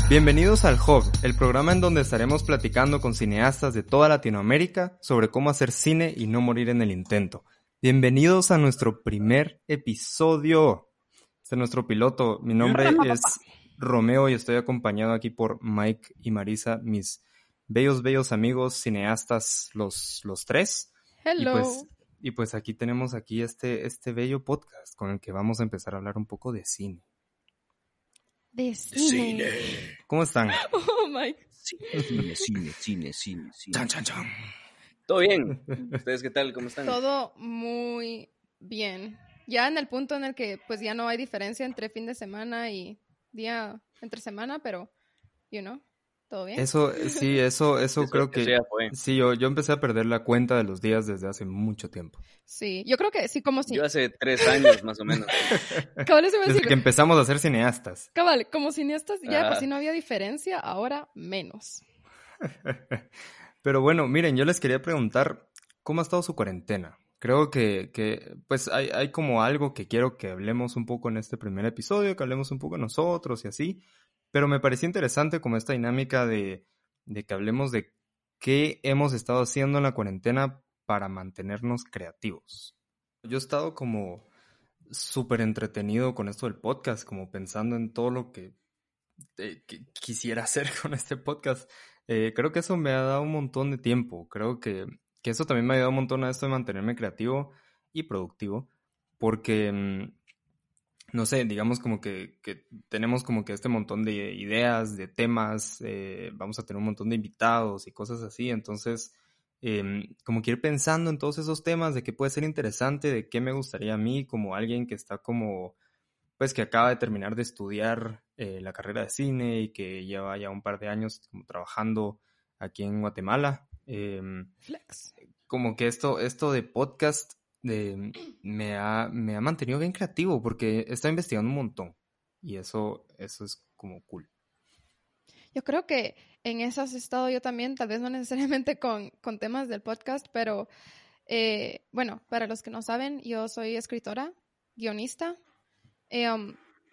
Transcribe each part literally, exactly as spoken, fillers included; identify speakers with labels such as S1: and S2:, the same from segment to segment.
S1: Bienvenidos al Hub, el programa en donde estaremos platicando con cineastas de toda Latinoamérica sobre cómo hacer cine y no morir en el intento. Bienvenidos a nuestro primer episodio. Este es nuestro piloto. Mi nombre es Romeo y estoy acompañado aquí por Mike y Marisa, mis bellos, bellos amigos cineastas, los, los tres.
S2: Hello.
S1: Y pues, y pues aquí tenemos aquí este, este bello podcast con el que vamos a empezar a hablar un poco de cine.
S2: De cine.
S1: ¿Cómo están?
S2: Oh, Mike.
S3: Cine, cine, cine, cine, cine.
S1: Chan, chan, chan.
S3: ¿Todo bien? ¿Ustedes qué tal? ¿Cómo están?
S2: Todo muy bien. Ya en el punto en el que pues ya no hay diferencia entre fin de semana y día entre semana, pero, you know, todo bien.
S1: Eso, sí, eso, eso,
S3: Eso-
S1: creo que...
S3: eso ya fue.
S1: Sí, yo, yo empecé a perder la cuenta de los días desde hace mucho tiempo.
S2: Sí, yo creo que sí, como si...
S3: Yo hace tres años más o menos.
S2: Cabal, eso iba a
S1: Desde
S2: decir.
S1: que empezamos a ser cineastas.
S2: Cabal, como cineastas ya de por
S3: Ah.
S2: sí no había diferencia, ahora menos.
S1: Pero bueno, miren, yo les quería preguntar, ¿cómo ha estado su cuarentena? Creo que, que pues hay, hay como algo que quiero que hablemos un poco en este primer episodio, que hablemos un poco de nosotros y así, pero me pareció interesante como esta dinámica de, de que hablemos de qué hemos estado haciendo en la cuarentena para mantenernos creativos. Yo he estado como súper entretenido con esto del podcast, como pensando en todo lo que, eh, que quisiera hacer con este podcast. Eh, creo que eso me ha dado un montón de tiempo. Creo que, que eso también me ha ayudado un montón a esto de mantenerme creativo y productivo, porque, mm, no sé, digamos como que, que tenemos como que este montón de ideas, de temas, eh, vamos a tener un montón de invitados y cosas así, entonces eh, como que ir pensando en todos esos temas de qué puede ser interesante, de qué me gustaría a mí como alguien que está como, pues que acaba de terminar de estudiar eh, la carrera de cine y que lleva ya un par de años como trabajando aquí en Guatemala. Eh,
S2: Flex.
S1: como que esto, esto de podcast de, me, ha, me ha mantenido bien creativo porque he estado investigando un montón y eso, eso es como cool.
S2: Yo creo que en eso has estado yo también, tal vez no necesariamente con, con temas del podcast, pero eh, bueno, para los que no saben, yo soy escritora, guionista, eh, um,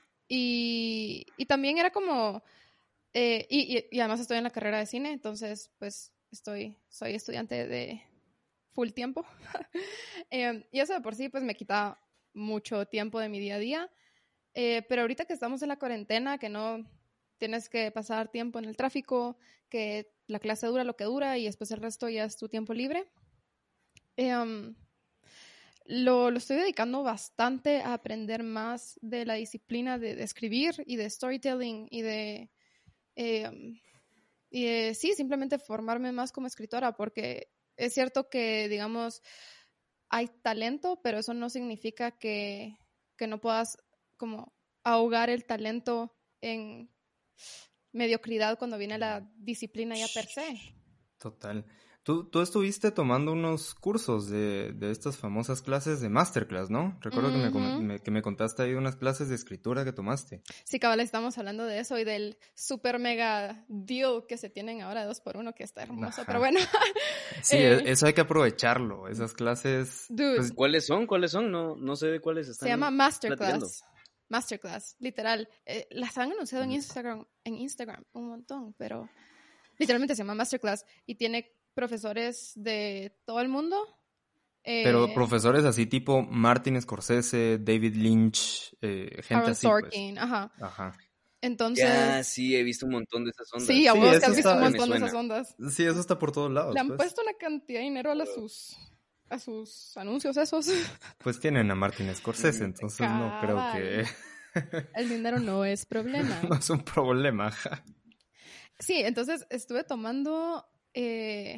S2: y, y también era como, eh, y, y, y además estoy en la carrera de cine, entonces pues estoy, soy estudiante de full tiempo, eh, y eso de por sí pues me quita mucho tiempo de mi día a día, eh, pero ahorita que estamos en la cuarentena, que no tienes que pasar tiempo en el tráfico, que la clase dura lo que dura y después el resto ya es tu tiempo libre. Eh, um, lo, lo estoy dedicando bastante a aprender más de la disciplina de, de escribir y de storytelling y de, eh, um, y de, sí, simplemente formarme más como escritora, porque es cierto que, digamos, hay talento, pero eso no significa que, que no puedas como ahogar el talento en mediocridad cuando viene la disciplina ya per se.
S1: Total. Tú, tú estuviste tomando unos cursos de, de estas famosas clases de masterclass, ¿no? Recuerdo que, me, com-
S2: Ujú.
S1: me- que me contaste ahí unas clases de escritura que tomaste.
S2: Sí, cabal, estamos hablando de eso y del super mega deal que se tienen ahora de dos por uno, que está hermoso,
S1: Ajá.
S2: pero bueno.
S1: Sí,
S2: Eh,
S1: e- eso hay que aprovecharlo. Esas clases,
S2: Dude,
S1: pues,
S3: ¿Cuáles son? ¿Cuáles son? No, no sé de cuáles están
S2: se llama
S3: platicando.
S2: Masterclass. Masterclass, literal. Eh, las han anunciado en
S1: Mm.
S2: Instagram, en Instagram un montón, pero literalmente se llama Masterclass y tiene profesores de todo el mundo. Eh,
S1: pero profesores así tipo Martin Scorsese, David Lynch, eh, gente
S2: Aaron
S1: así, pues.
S2: Sorkin, ajá.
S1: Ajá.
S2: Entonces,
S3: Ya, sí, he visto un montón de esas ondas.
S2: sí, a
S1: Sí,
S2: vos que
S1: eso
S2: has visto
S1: está-
S2: un
S3: me
S2: montón de
S3: suena.
S2: esas ondas.
S1: Sí, eso está por todos lados,
S2: Le han
S1: pues.
S2: puesto una cantidad de dinero a sus, a sus anuncios esos.
S1: Pues tienen a Martin Scorsese,
S3: Ujú.
S1: entonces no creo que...
S2: El dinero no es problema.
S1: no es un problema, ajá.
S2: Sí, entonces estuve tomando eh,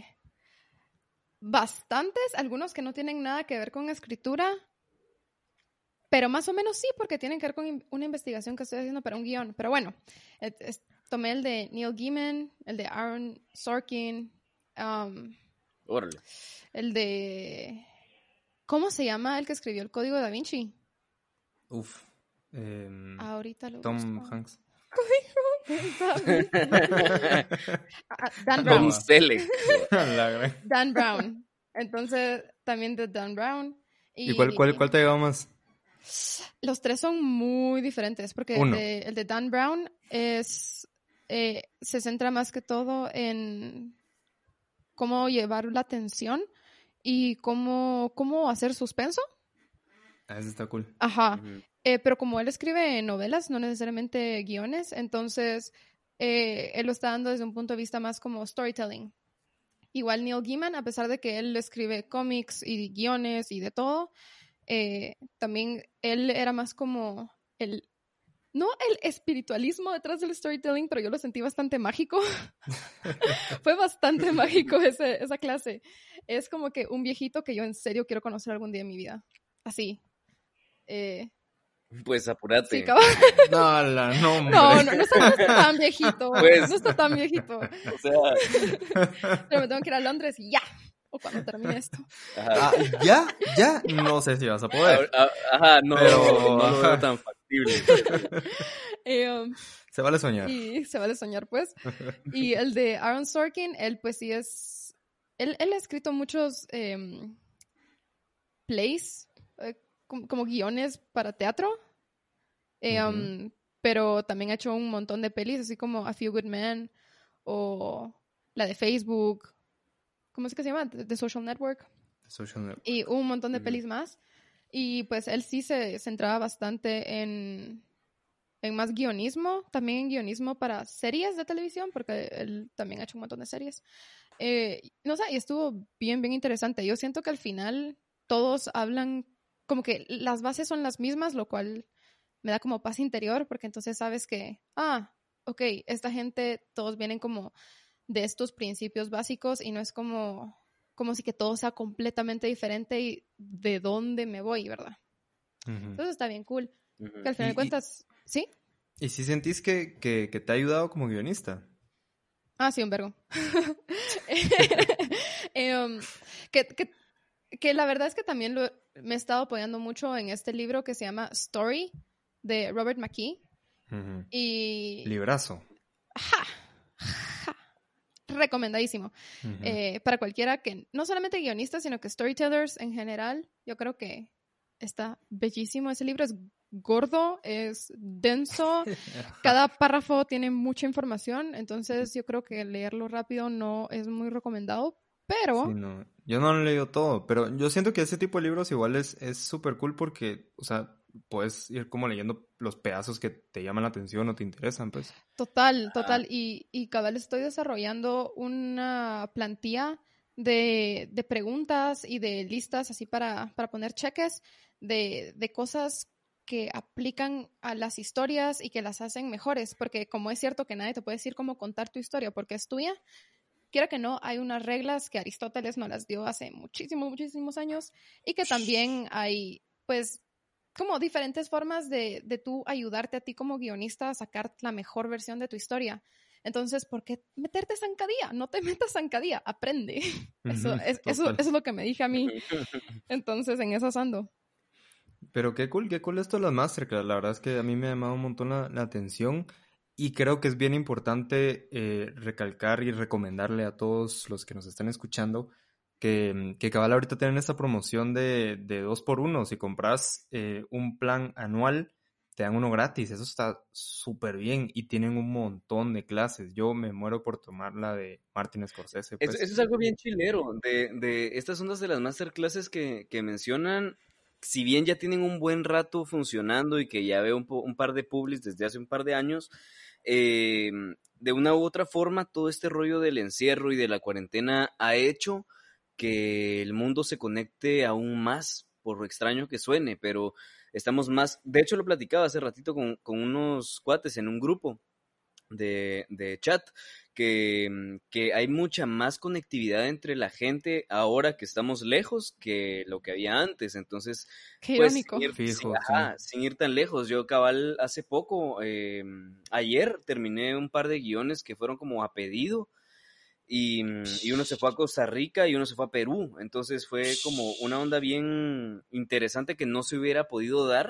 S2: bastantes, algunos que no tienen nada que ver con escritura, pero más o menos sí, porque tienen que ver con in- una investigación que estoy haciendo para un guión. Pero bueno, et- es- tomé el de Neil Gaiman, el de Aaron Sorkin, um,
S3: Órale.
S2: el de... ¿Cómo se llama el que escribió el Código Da Vinci?
S1: Uf. em,
S2: Ahorita lo
S1: Tom
S2: busco.
S1: Hanks.
S2: Ah, Dan
S1: No,
S2: Brown.
S3: Tom Selleck.
S1: La gran-
S2: Dan Brown. Entonces, también de Dan Brown.
S1: ¿Y cuál, cuál, cuál te lleva más?
S2: Los tres son muy diferentes, porque el
S1: Uno.
S2: de, el de Dan Brown es eh, se centra más que todo en cómo llevar la atención y cómo, cómo hacer suspenso.
S1: Ah, eso está cool.
S2: Ajá.
S3: Ujú.
S2: Eh, pero como él escribe novelas, no necesariamente guiones, entonces eh, él lo está dando desde un punto de vista más como storytelling. Igual Neil Gaiman, a pesar de que él escribe cómics y guiones y de todo, eh, también él era más como el, no el espiritualismo detrás del storytelling, pero yo lo sentí bastante mágico. Fue bastante mágico ese, esa clase. Es como que un viejito que yo en serio quiero conocer algún día en mi vida. Así. Eh,
S3: Pues apúrate.
S2: sí, cabal.
S1: No, la, no, hombre.
S2: No, no, no está, no está tan viejito.
S3: Pues-
S2: No está tan viejito.
S3: O sea,
S2: Pero me tengo que ir a Londres y ya. O cuando termine esto.
S3: ajá.
S1: Ah, ya, ya, no sé si vas a poder.
S3: Ah, ah, Ajá, no,
S1: Pero,
S3: no lo
S1: ajá.
S3: veo tan factible.
S2: Eh, um,
S1: Se vale soñar.
S2: y se vale soñar, pues. Y el de Aaron Sorkin, él pues sí es... Él, él ha escrito muchos em, plays, eh, como, como guiones para teatro. Eh,
S1: Ujú.
S2: um, pero también ha hecho un montón de pelis, así como A Few Good Men o la de Facebook. ¿Cómo es que se llama? The, The Social Network.
S1: Social network.
S2: Y un montón de
S3: Ujú.
S2: pelis más. Y pues él sí se centraba bastante en, en más guionismo, también en guionismo para series de televisión, porque él también ha hecho un montón de series. Eh, no sé, y estuvo bien, bien interesante. Yo siento que al final todos hablan, como que las bases son las mismas, lo cual me da como paz interior, porque entonces sabes que, ah, ok, esta gente, todos vienen como de estos principios básicos y no es como, como si que todo sea completamente diferente y de dónde me voy, ¿verdad?
S1: Ujú.
S2: Entonces está bien cool.
S3: Ujú.
S2: Que al final
S1: Y-
S2: de cuentas, ¿sí?
S1: ¿Y si sentís que, que, que te ha ayudado como guionista?
S2: Ah, sí, un vergo. Eh, um, que, que, que la verdad es que también lo, me he estado apoyando mucho en este libro que se llama Story, de Robert McKee.
S1: Ujú.
S2: Y...
S1: Librazo.
S2: ¡Ja! ¡Ja! Recomendadísimo.
S1: Ujú.
S2: Eh, para cualquiera que, no solamente guionistas, sino que storytellers en general, yo creo que está bellísimo. Ese libro es gordo, es denso, cada párrafo tiene mucha información, entonces yo creo que leerlo rápido no es muy recomendado, pero...
S1: Sí, no. Yo no lo he leído todo, pero yo siento que ese tipo de libros igual es es súper cool porque, o sea, puedes ir como leyendo los pedazos que te llaman la atención o te interesan, pues.
S2: Total,
S3: Ajá.
S2: total. Y, y cabal estoy desarrollando una plantilla de, de preguntas y de listas así para, para poner cheques de, de cosas que aplican a las historias y que las hacen mejores. Porque como es cierto que nadie te puede decir cómo contar tu historia porque es tuya, quiera que no, hay unas reglas que Aristóteles nos las dio hace muchísimos, muchísimos años y que también hay, pues, como diferentes formas de, de tú ayudarte a ti como guionista a sacar la mejor versión de tu historia. Entonces, ¿por qué meterte zancadilla? No te metas zancadilla, aprende. Eso,
S1: Ujú,
S2: es, eso,
S1: total.
S2: eso es lo que me dije a mí. Entonces, en esas ando.
S1: Pero qué cool, qué cool esto de las masterclass. La verdad es que a mí me ha llamado un montón la, la atención y creo que es bien importante eh, recalcar y recomendarle a todos los que nos están escuchando que, que cabal ahorita tienen esta promoción de, de dos por uno. Si compras eh, un plan anual, te dan uno gratis. Eso está súper bien y tienen un montón de clases. Yo me muero por tomar la de Martin Scorsese,
S3: Eso,
S1: pues.
S3: eso es algo bien chilero, de, de estas ondas de las masterclasses que, que mencionan, si bien ya tienen un buen rato funcionando y que ya veo un, po- un par de publis desde hace un par de años, eh, de una u otra forma todo este rollo del encierro y de la cuarentena ha hecho que el mundo se conecte aún más, por lo extraño que suene, pero estamos más, de hecho lo platicaba hace ratito con, con unos cuates en un grupo de, de chat, que, mm, que hay mucha más conectividad entre la gente ahora que estamos lejos que lo que había antes. Entonces,
S2: Qué
S3: pues,
S2: irónico.
S3: sin ir, sí,
S1: Fijo, sí.
S3: ajá, sin ir tan lejos. Yo, cabal, hace poco, eh, ayer terminé un par de guiones que fueron como a pedido. Y, mm, y uno se fue a Costa Rica y uno se fue a Perú. Entonces fue como una onda bien interesante que no se hubiera podido dar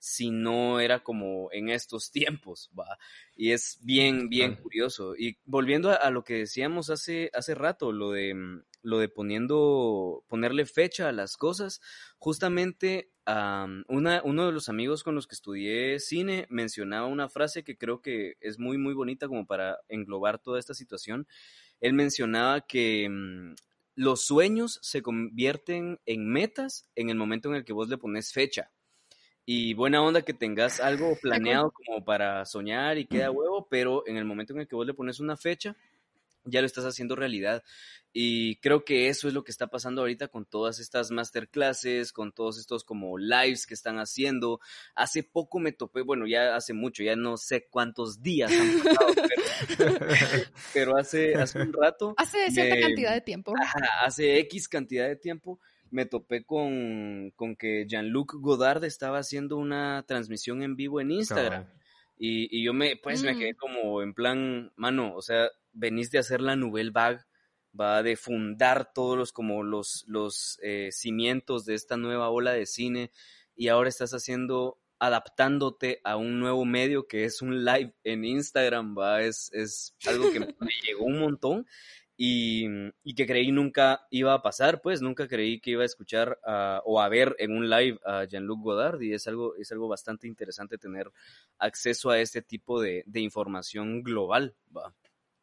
S3: si no era como en estos tiempos, ¿va? Y es bien, bien curioso. Y volviendo a, a lo que decíamos hace, hace rato, lo de, lo de poniendo, ponerle fecha a las cosas, justamente um, una, uno de los amigos con los que estudié cine mencionaba una frase que creo que es muy, muy bonita como para englobar toda esta situación. Él mencionaba que um, los sueños se convierten en metas en el momento en el que vos le pones fecha. Y buena onda que tengas algo planeado como para soñar y queda huevo, pero en el momento en el que vos le pones una fecha, ya lo estás haciendo realidad. Y creo que eso es lo que está pasando ahorita con todas estas masterclasses, con todos estos como lives que están haciendo. Hace poco me topé, bueno, ya hace mucho, ya no sé cuántos días han pasado, pero, pero hace, hace un rato.
S2: Hace cierta
S3: me,
S2: cantidad de tiempo.
S3: Ajá, hace X cantidad de tiempo me topé con, con que Jean-Luc Godard estaba haciendo una transmisión en vivo en Instagram. Cabal. Y, y yo me, pues mm. me quedé como en plan, mano, o sea, venís de hacer la Nouvelle Vague, va de fundar todos los, como los, los eh, cimientos de esta nueva ola de cine, y ahora estás haciendo, adaptándote a un nuevo medio que es un live en Instagram, va, es, es algo que me llegó un montón. Y, y que creí nunca iba a pasar, pues nunca creí que iba a escuchar uh, o a ver en un live a Jean-Luc Godard, y es algo, es algo bastante interesante tener acceso a este tipo de, de información global, ¿va?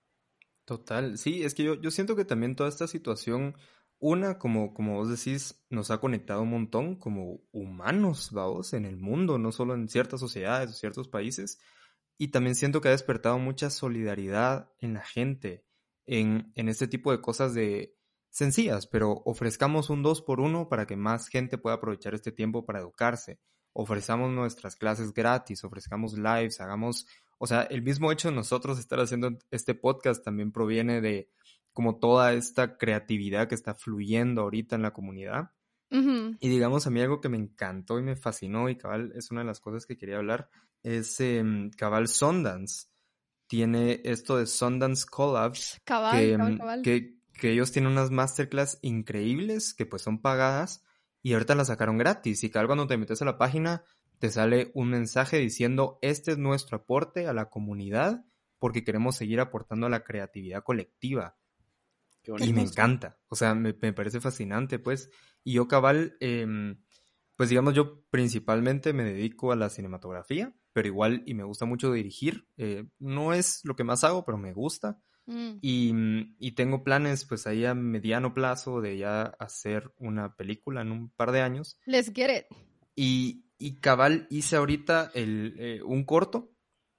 S1: Total, sí, es que yo, yo siento que también toda esta situación, una, como, como vos decís, nos ha conectado un montón como humanos, vamos, en el mundo, no solo en ciertas sociedades o ciertos países, y también siento que ha despertado mucha solidaridad en la gente, En, en este tipo de cosas de sencillas, pero ofrezcamos un dos por uno para que más gente pueda aprovechar este tiempo para educarse. Ofrezcamos nuestras clases gratis, ofrezcamos lives, hagamos... O sea, el mismo hecho de nosotros estar haciendo este podcast también proviene de como toda esta creatividad que está fluyendo ahorita en la comunidad. Uh-huh. Y digamos, a mí algo que me encantó y me fascinó, y cabal es una de las cosas que quería hablar, es eh, cabal Sundance. Tiene esto de Sundance Collabs,
S2: cabal,
S1: que,
S2: cabal, cabal.
S1: Que, que ellos tienen unas masterclass increíbles que pues son pagadas y ahorita las sacaron gratis, y cada cuando te metes a la página te sale un mensaje diciendo este es nuestro aporte a la comunidad porque queremos seguir aportando a la creatividad colectiva. Qué bonito. Y me encanta, o sea, me, me parece fascinante, pues, y yo cabal, eh, pues digamos, yo principalmente me dedico a la cinematografía, pero igual, y me gusta mucho dirigir, eh, no es lo que más hago, pero me gusta, mm. y, y tengo planes, pues, ahí a mediano plazo de ya hacer una película en un par de años.
S2: Let's get it.
S1: Y, y cabal, hice ahorita el, eh, un corto,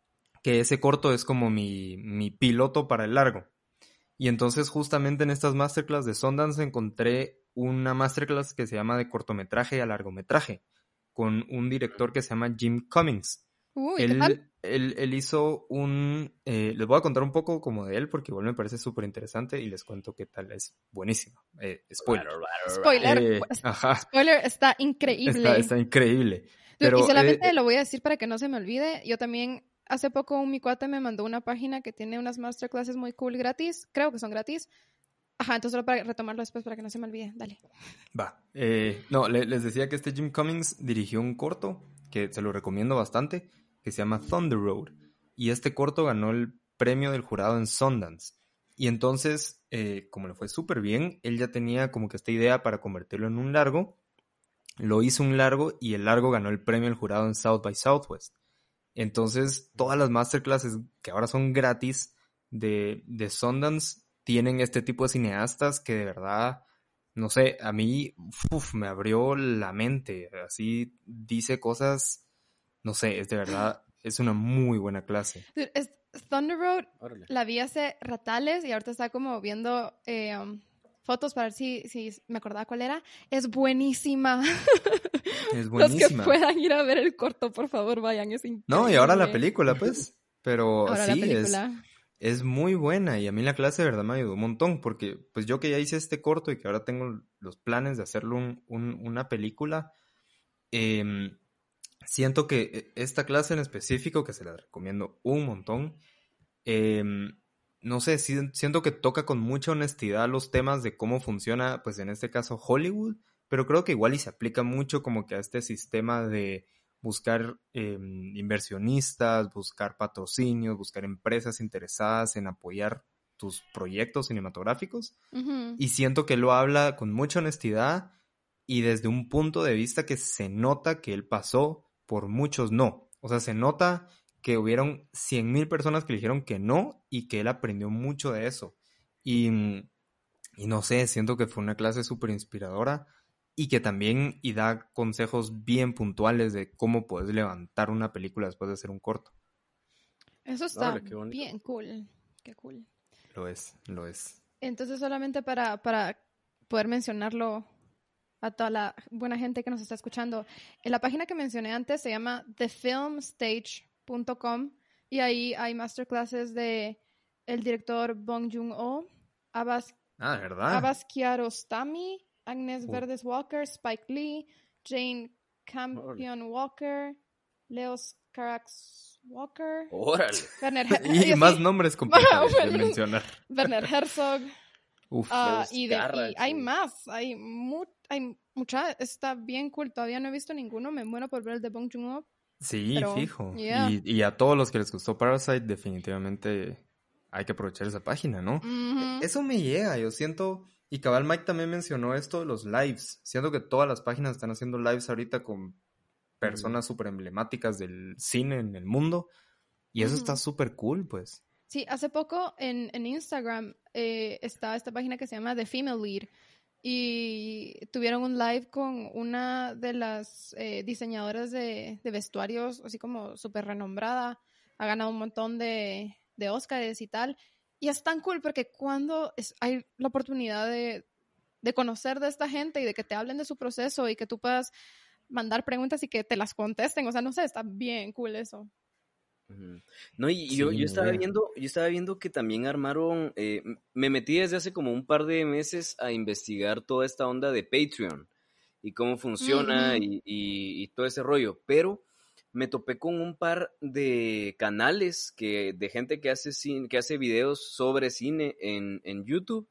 S1: que ese corto es como mi, mi piloto para el largo. Y entonces justamente en estas masterclass de Sundance encontré una masterclass que se llama de cortometraje a largometraje, con un director que se llama Jim Cummings.
S2: Uy,
S1: él,
S2: ¿qué tal?
S1: Él, él hizo un... Eh, les voy a contar un poco como de él, porque igual me parece súper interesante y les cuento qué tal, es buenísimo. Eh, spoiler.
S2: Spoiler,
S1: eh, ajá.
S2: Spoiler, está increíble.
S1: Está, está increíble. Pero,
S2: y solamente
S1: eh,
S2: lo voy a decir para que no se me olvide, yo también... Hace poco un mi cuate me mandó una página que tiene unas masterclasses muy cool gratis. Creo que son gratis. Ajá, entonces solo para retomarlo después para que no se me olvide. Dale.
S1: Va. Eh, no, le, les decía que este Jim Cummings dirigió un corto que se lo recomiendo bastante, que se llama Thunder Road. Y este corto ganó el premio del jurado en Sundance. Y entonces, eh, como le fue súper bien, él ya tenía como que esta idea para convertirlo en un largo. Lo hizo un largo y el largo ganó el premio del jurado en South by Southwest. Entonces, todas las masterclasses que ahora son gratis de, de Sundance tienen este tipo de cineastas que de verdad, no sé, a mí uf, me abrió la mente. Así dice cosas, no sé, es de verdad, es una muy buena clase.
S2: Es, Thunder Road Órale. La vi hace ratales y ahorita está como viendo... Eh, um... fotos para ver si, si me acordaba cuál era. Es buenísima.
S1: Es buenísima.
S2: Los que puedan ir a ver el corto, por favor, vayan. Es increíble.
S1: No, y ahora la película, pues. Pero
S2: ahora
S1: sí,
S2: la película.
S1: Es, es muy buena. Y a mí la clase de verdad me ayudó un montón. Porque pues yo que ya hice este corto y que ahora tengo los planes de hacerlo un, un, una película, eh, siento que esta clase en específico, que se la recomiendo un montón, eh, no sé, siento que toca con mucha honestidad los temas de cómo funciona, pues en este caso Hollywood, pero creo que igual y se aplica mucho como que a este sistema de buscar eh, inversionistas, buscar patrocinios, buscar empresas interesadas en apoyar tus proyectos cinematográficos.
S2: Ujú.
S1: Y siento que lo habla con mucha honestidad y desde un punto de vista que se nota que él pasó por muchos no. O sea, se nota que hubieron cien mil personas que le dijeron que no y que él aprendió mucho de eso. Y, y no sé, siento que fue una clase súper inspiradora y que también y da consejos bien puntuales de cómo puedes levantar una película después de hacer un corto.
S2: Eso está
S3: Órale, qué bonito.
S2: bien cool. Qué cool.
S1: Lo es, lo es.
S2: Entonces, solamente para, para poder mencionarlo a toda la buena gente que nos está escuchando, en la página que mencioné antes se llama the film stage punto com y ahí hay masterclasses de el director Bong Joon-ho, Abbas,
S1: Ah, ¿verdad?
S2: Abbas Kiarostami, Agnes
S1: Uh.
S2: Verdes Walker, Spike Lee, Jane Campion Walker, Leos Carax Walker,
S3: Órale.
S2: Werner Her-
S1: Y
S2: y
S1: más
S2: así,
S1: nombres complicados de mencionar.
S2: Werner Herzog.
S1: Uf.
S2: Ah,
S3: Leos
S2: y, de, y
S3: Carax,
S2: hay
S3: sí.
S2: más, hay, mu- hay mucha, está bien cool, todavía no he visto ninguno, me muero por ver el de Bong Joon-ho,
S1: Sí,
S2: pero,
S1: fijo.
S2: yeah.
S1: Y, y a todos los que les gustó Parasite, definitivamente hay que aprovechar esa página, ¿no?
S2: Ujú.
S1: Eso me llega, yo siento, y cabal Mike también mencionó esto de los lives. Siento que todas las páginas están haciendo lives ahorita con personas súper emblemáticas del cine en el mundo. Y eso está
S2: Ujú.
S1: súper cool, pues.
S2: Sí, hace poco en, en Instagram eh, está esta página que se llama The Female Lead y tuvieron un live con una de las eh, diseñadoras de, de vestuarios, así como súper renombrada, ha ganado un montón de, de Oscars y tal, y es tan cool porque cuando es, hay la oportunidad de, de conocer de esta gente y de que te hablen de su proceso y que tú puedas mandar preguntas y que te las contesten, o sea, no sé, está bien cool eso.
S3: Ujú. No, y
S1: Sí,
S3: yo, yo
S1: me
S3: estaba
S1: llega.
S3: viendo, yo estaba viendo que también armaron, eh, m- me metí desde hace como un par de meses a investigar toda esta onda de Patreon y cómo funciona
S2: Ujú.
S3: y, y- y todo ese rollo, pero me topé con un par de canales que, de gente que hace cine, que hace videos sobre cine en, en YouTube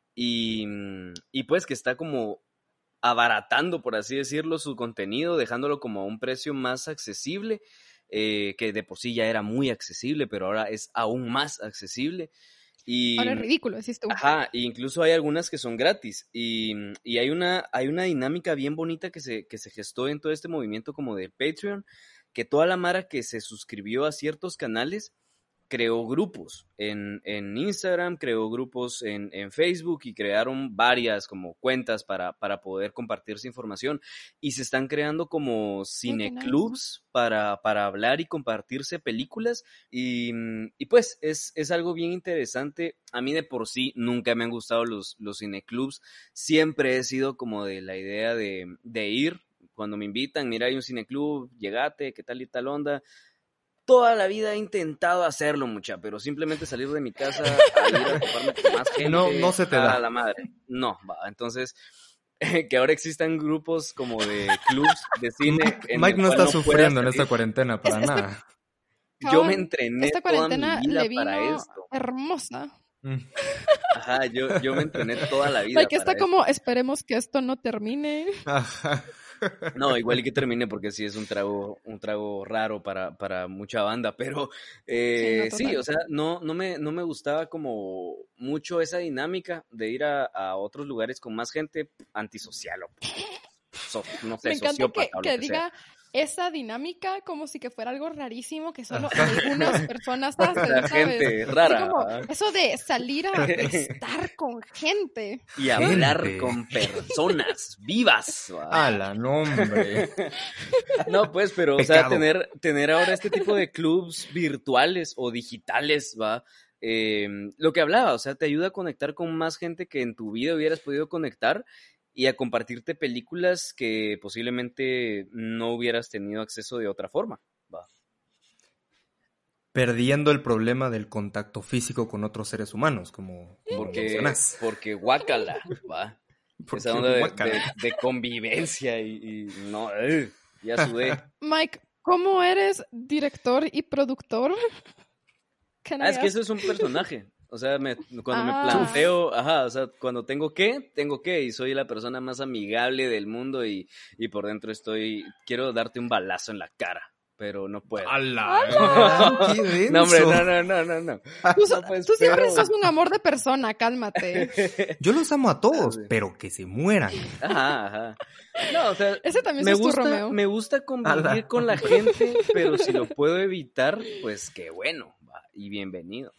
S3: y, mm, y pues que está como abaratando, por así decirlo, su contenido, dejándolo como a un precio más accesible, eh, que de por sí ya era muy accesible, pero ahora es aún más accesible. Y,
S2: Ahora es ridículo, decís tú.
S3: ajá, e incluso hay algunas que son gratis. Y, y hay, una, hay una dinámica bien bonita que se, que se gestó en todo este movimiento como de Patreon, que toda la mara que se suscribió a ciertos canales creó grupos en, en Instagram, creó grupos en, en Facebook y crearon varias como cuentas para, para poder compartirse información y se están creando como
S2: Ay, qué nice.
S3: cineclubs para, para hablar y compartirse películas y, y pues es, es algo bien interesante. A mí de por sí nunca me han gustado los, los cineclubs, siempre he sido como de la idea de, de ir. Cuando me invitan, mira, hay un cineclub, llegate, qué tal y tal onda. Toda la vida he intentado hacerlo, mucha, pero simplemente salir de mi casa a ir a toparme con más gente,
S1: No, no se te
S3: a
S1: da.
S3: la madre. No, va. Entonces, que ahora existan grupos como de clubs de cine
S1: Mike,
S3: en
S1: Mike
S3: el
S1: no
S3: cual
S1: está
S3: no pueda
S1: sufriendo en esta
S3: salir.
S1: cuarentena para
S2: Es- esta,
S1: nada.
S3: Yo me
S2: cabal,
S3: entrené
S2: esta
S3: toda mi
S2: cuarentena
S3: vida
S2: le
S3: para
S2: vino
S3: esto.
S2: hermosa.
S1: Mm.
S3: Ajá, yo, yo me entrené toda la vida
S2: Like,
S3: para
S2: está
S3: esto.
S2: como, esperemos que esto no termine.
S1: Ajá.
S3: No, igual y que termine porque sí es un trago, un trago raro para, para mucha banda, pero
S2: Sí, no,
S3: eh, sí, o
S2: total.
S3: sea, no, no me, no me gustaba como mucho esa dinámica de ir a, a otros lugares con más gente antisocial o so- no sé,
S2: Me encanta que,
S3: sociópata o lo
S2: que
S3: que sea.
S2: diga esa dinámica como si que fuera algo rarísimo que solo
S1: Ajá.
S2: algunas personas
S3: La
S2: hacen, ¿sabes?
S3: gente
S2: Así
S3: rara,
S2: como
S3: ¿verdad?
S2: eso de salir a estar con gente.
S3: Y hablar
S1: Gente.
S3: con personas vivas, ¿va?
S1: Ala, no, hombre.
S3: No, pues, pero, o sea,
S1: Pecado.
S3: tener, tener ahora este tipo de clubs virtuales o digitales, ¿va? Eh, lo que hablaba, o sea, te ayuda a conectar con más gente que en tu vida hubieras podido conectar y a compartirte películas que posiblemente no hubieras tenido acceso de otra forma, ¿va?
S1: Perdiendo el problema del contacto físico con otros seres humanos, como, como
S3: Porque,
S1: mencionas.
S3: porque guácala, ¿va? Esa
S1: Porque
S3: onda de,
S1: guácala.
S3: de, de convivencia y, y no, ugh, ya sudé.
S2: Mike, ¿cómo eres director y productor? Can
S3: Ah,
S2: I
S3: es que
S2: ask?
S3: eso es un personaje. O sea, me, cuando
S2: Ah.
S3: me planteo, ajá, o sea, cuando tengo que, tengo que, y soy la persona más amigable del mundo y, y por dentro estoy, quiero darte un balazo en la cara, pero no puedo.
S1: ¡A la gran, qué denso!
S3: No, hombre, no, no, no, no, no.
S2: Tú, so-
S3: No, pues,
S2: tú siempre
S3: pero-
S2: sos un amor de persona, cálmate.
S1: Yo los amo a todos,
S3: Ah, sí.
S1: pero que se mueran.
S3: Ajá, ajá. No, o sea,
S2: Ese también
S3: me
S2: sos tú,
S3: gusta,
S2: Romeo.
S3: me gusta convivir
S1: Ala.
S3: con la gente, pero si lo puedo evitar, pues qué bueno, va, y bienvenido.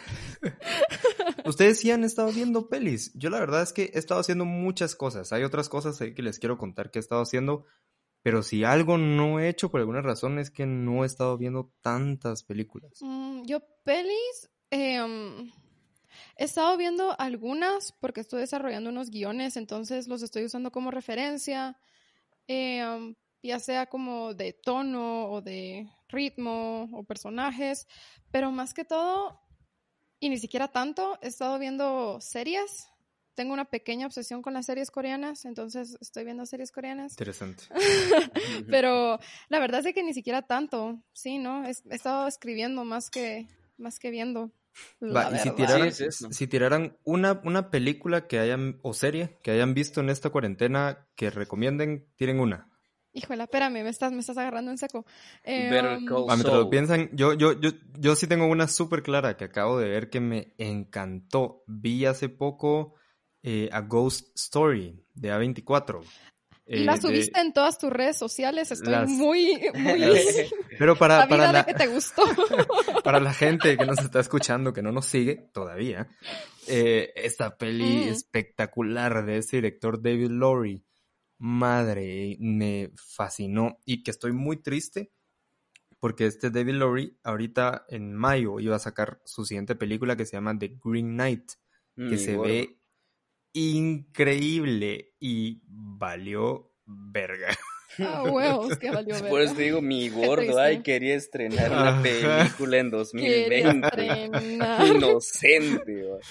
S1: Ustedes sí han estado viendo pelis. Yo la verdad es que he estado haciendo muchas cosas. Hay otras cosas ahí que les quiero contar que he estado haciendo, pero si algo no he hecho por alguna razón es que no he estado viendo tantas películas.
S2: Mm, yo pelis, eh, um, he estado viendo algunas porque estoy desarrollando unos guiones, entonces los estoy usando como referencia, eh, um, ya sea como de tono o de ritmo o personajes, pero más que todo, y ni siquiera tanto, he estado viendo series. Tengo una pequeña obsesión con las series coreanas, entonces estoy viendo series coreanas.
S1: Interesante.
S2: Pero la verdad es de que ni siquiera tanto, sí, ¿no? He, he estado escribiendo más que, más que viendo. La
S1: Va, y si
S2: verdad.
S1: tiraran,
S3: Sí, es eso.
S1: si tiraran una, una película que hayan, o serie que hayan visto en esta cuarentena que recomienden, tiren una.
S2: Híjole, espérame, me estás, me estás agarrando en seco. Eh,
S3: Better
S2: um,
S3: Call
S1: Ah, mientras lo
S3: Saul.
S1: piensan, yo, yo, yo, yo sí tengo una súper clara que acabo de ver que me encantó. Vi hace poco eh, A Ghost Story de A veinticuatro.
S2: y
S1: Eh,
S2: la
S1: de-
S2: subiste en todas tus redes sociales, estoy
S1: Las-
S2: muy, muy
S1: las- Pero para,
S2: sabida
S1: para,
S2: de
S1: la,
S2: que te gustó.
S1: para la gente que nos está escuchando, que no nos sigue todavía, eh, esta peli
S2: Mm.
S1: espectacular de ese director David Lowery, madre, me fascinó y que estoy muy triste porque este David Lowery ahorita en mayo iba a sacar su siguiente película que se llama The Green Knight, que
S3: Mi
S1: se
S3: gordo.
S1: ve increíble y valió verga.
S2: Ah, huevos, que valió
S3: Por eso
S2: verga.
S3: te digo, mi
S2: Qué
S3: gordo,
S2: triste.
S3: ay, quería estrenar una
S1: Ajá.
S3: película en dos mil
S2: Quería
S3: veinte.
S2: estrenar.
S3: Inocente, va.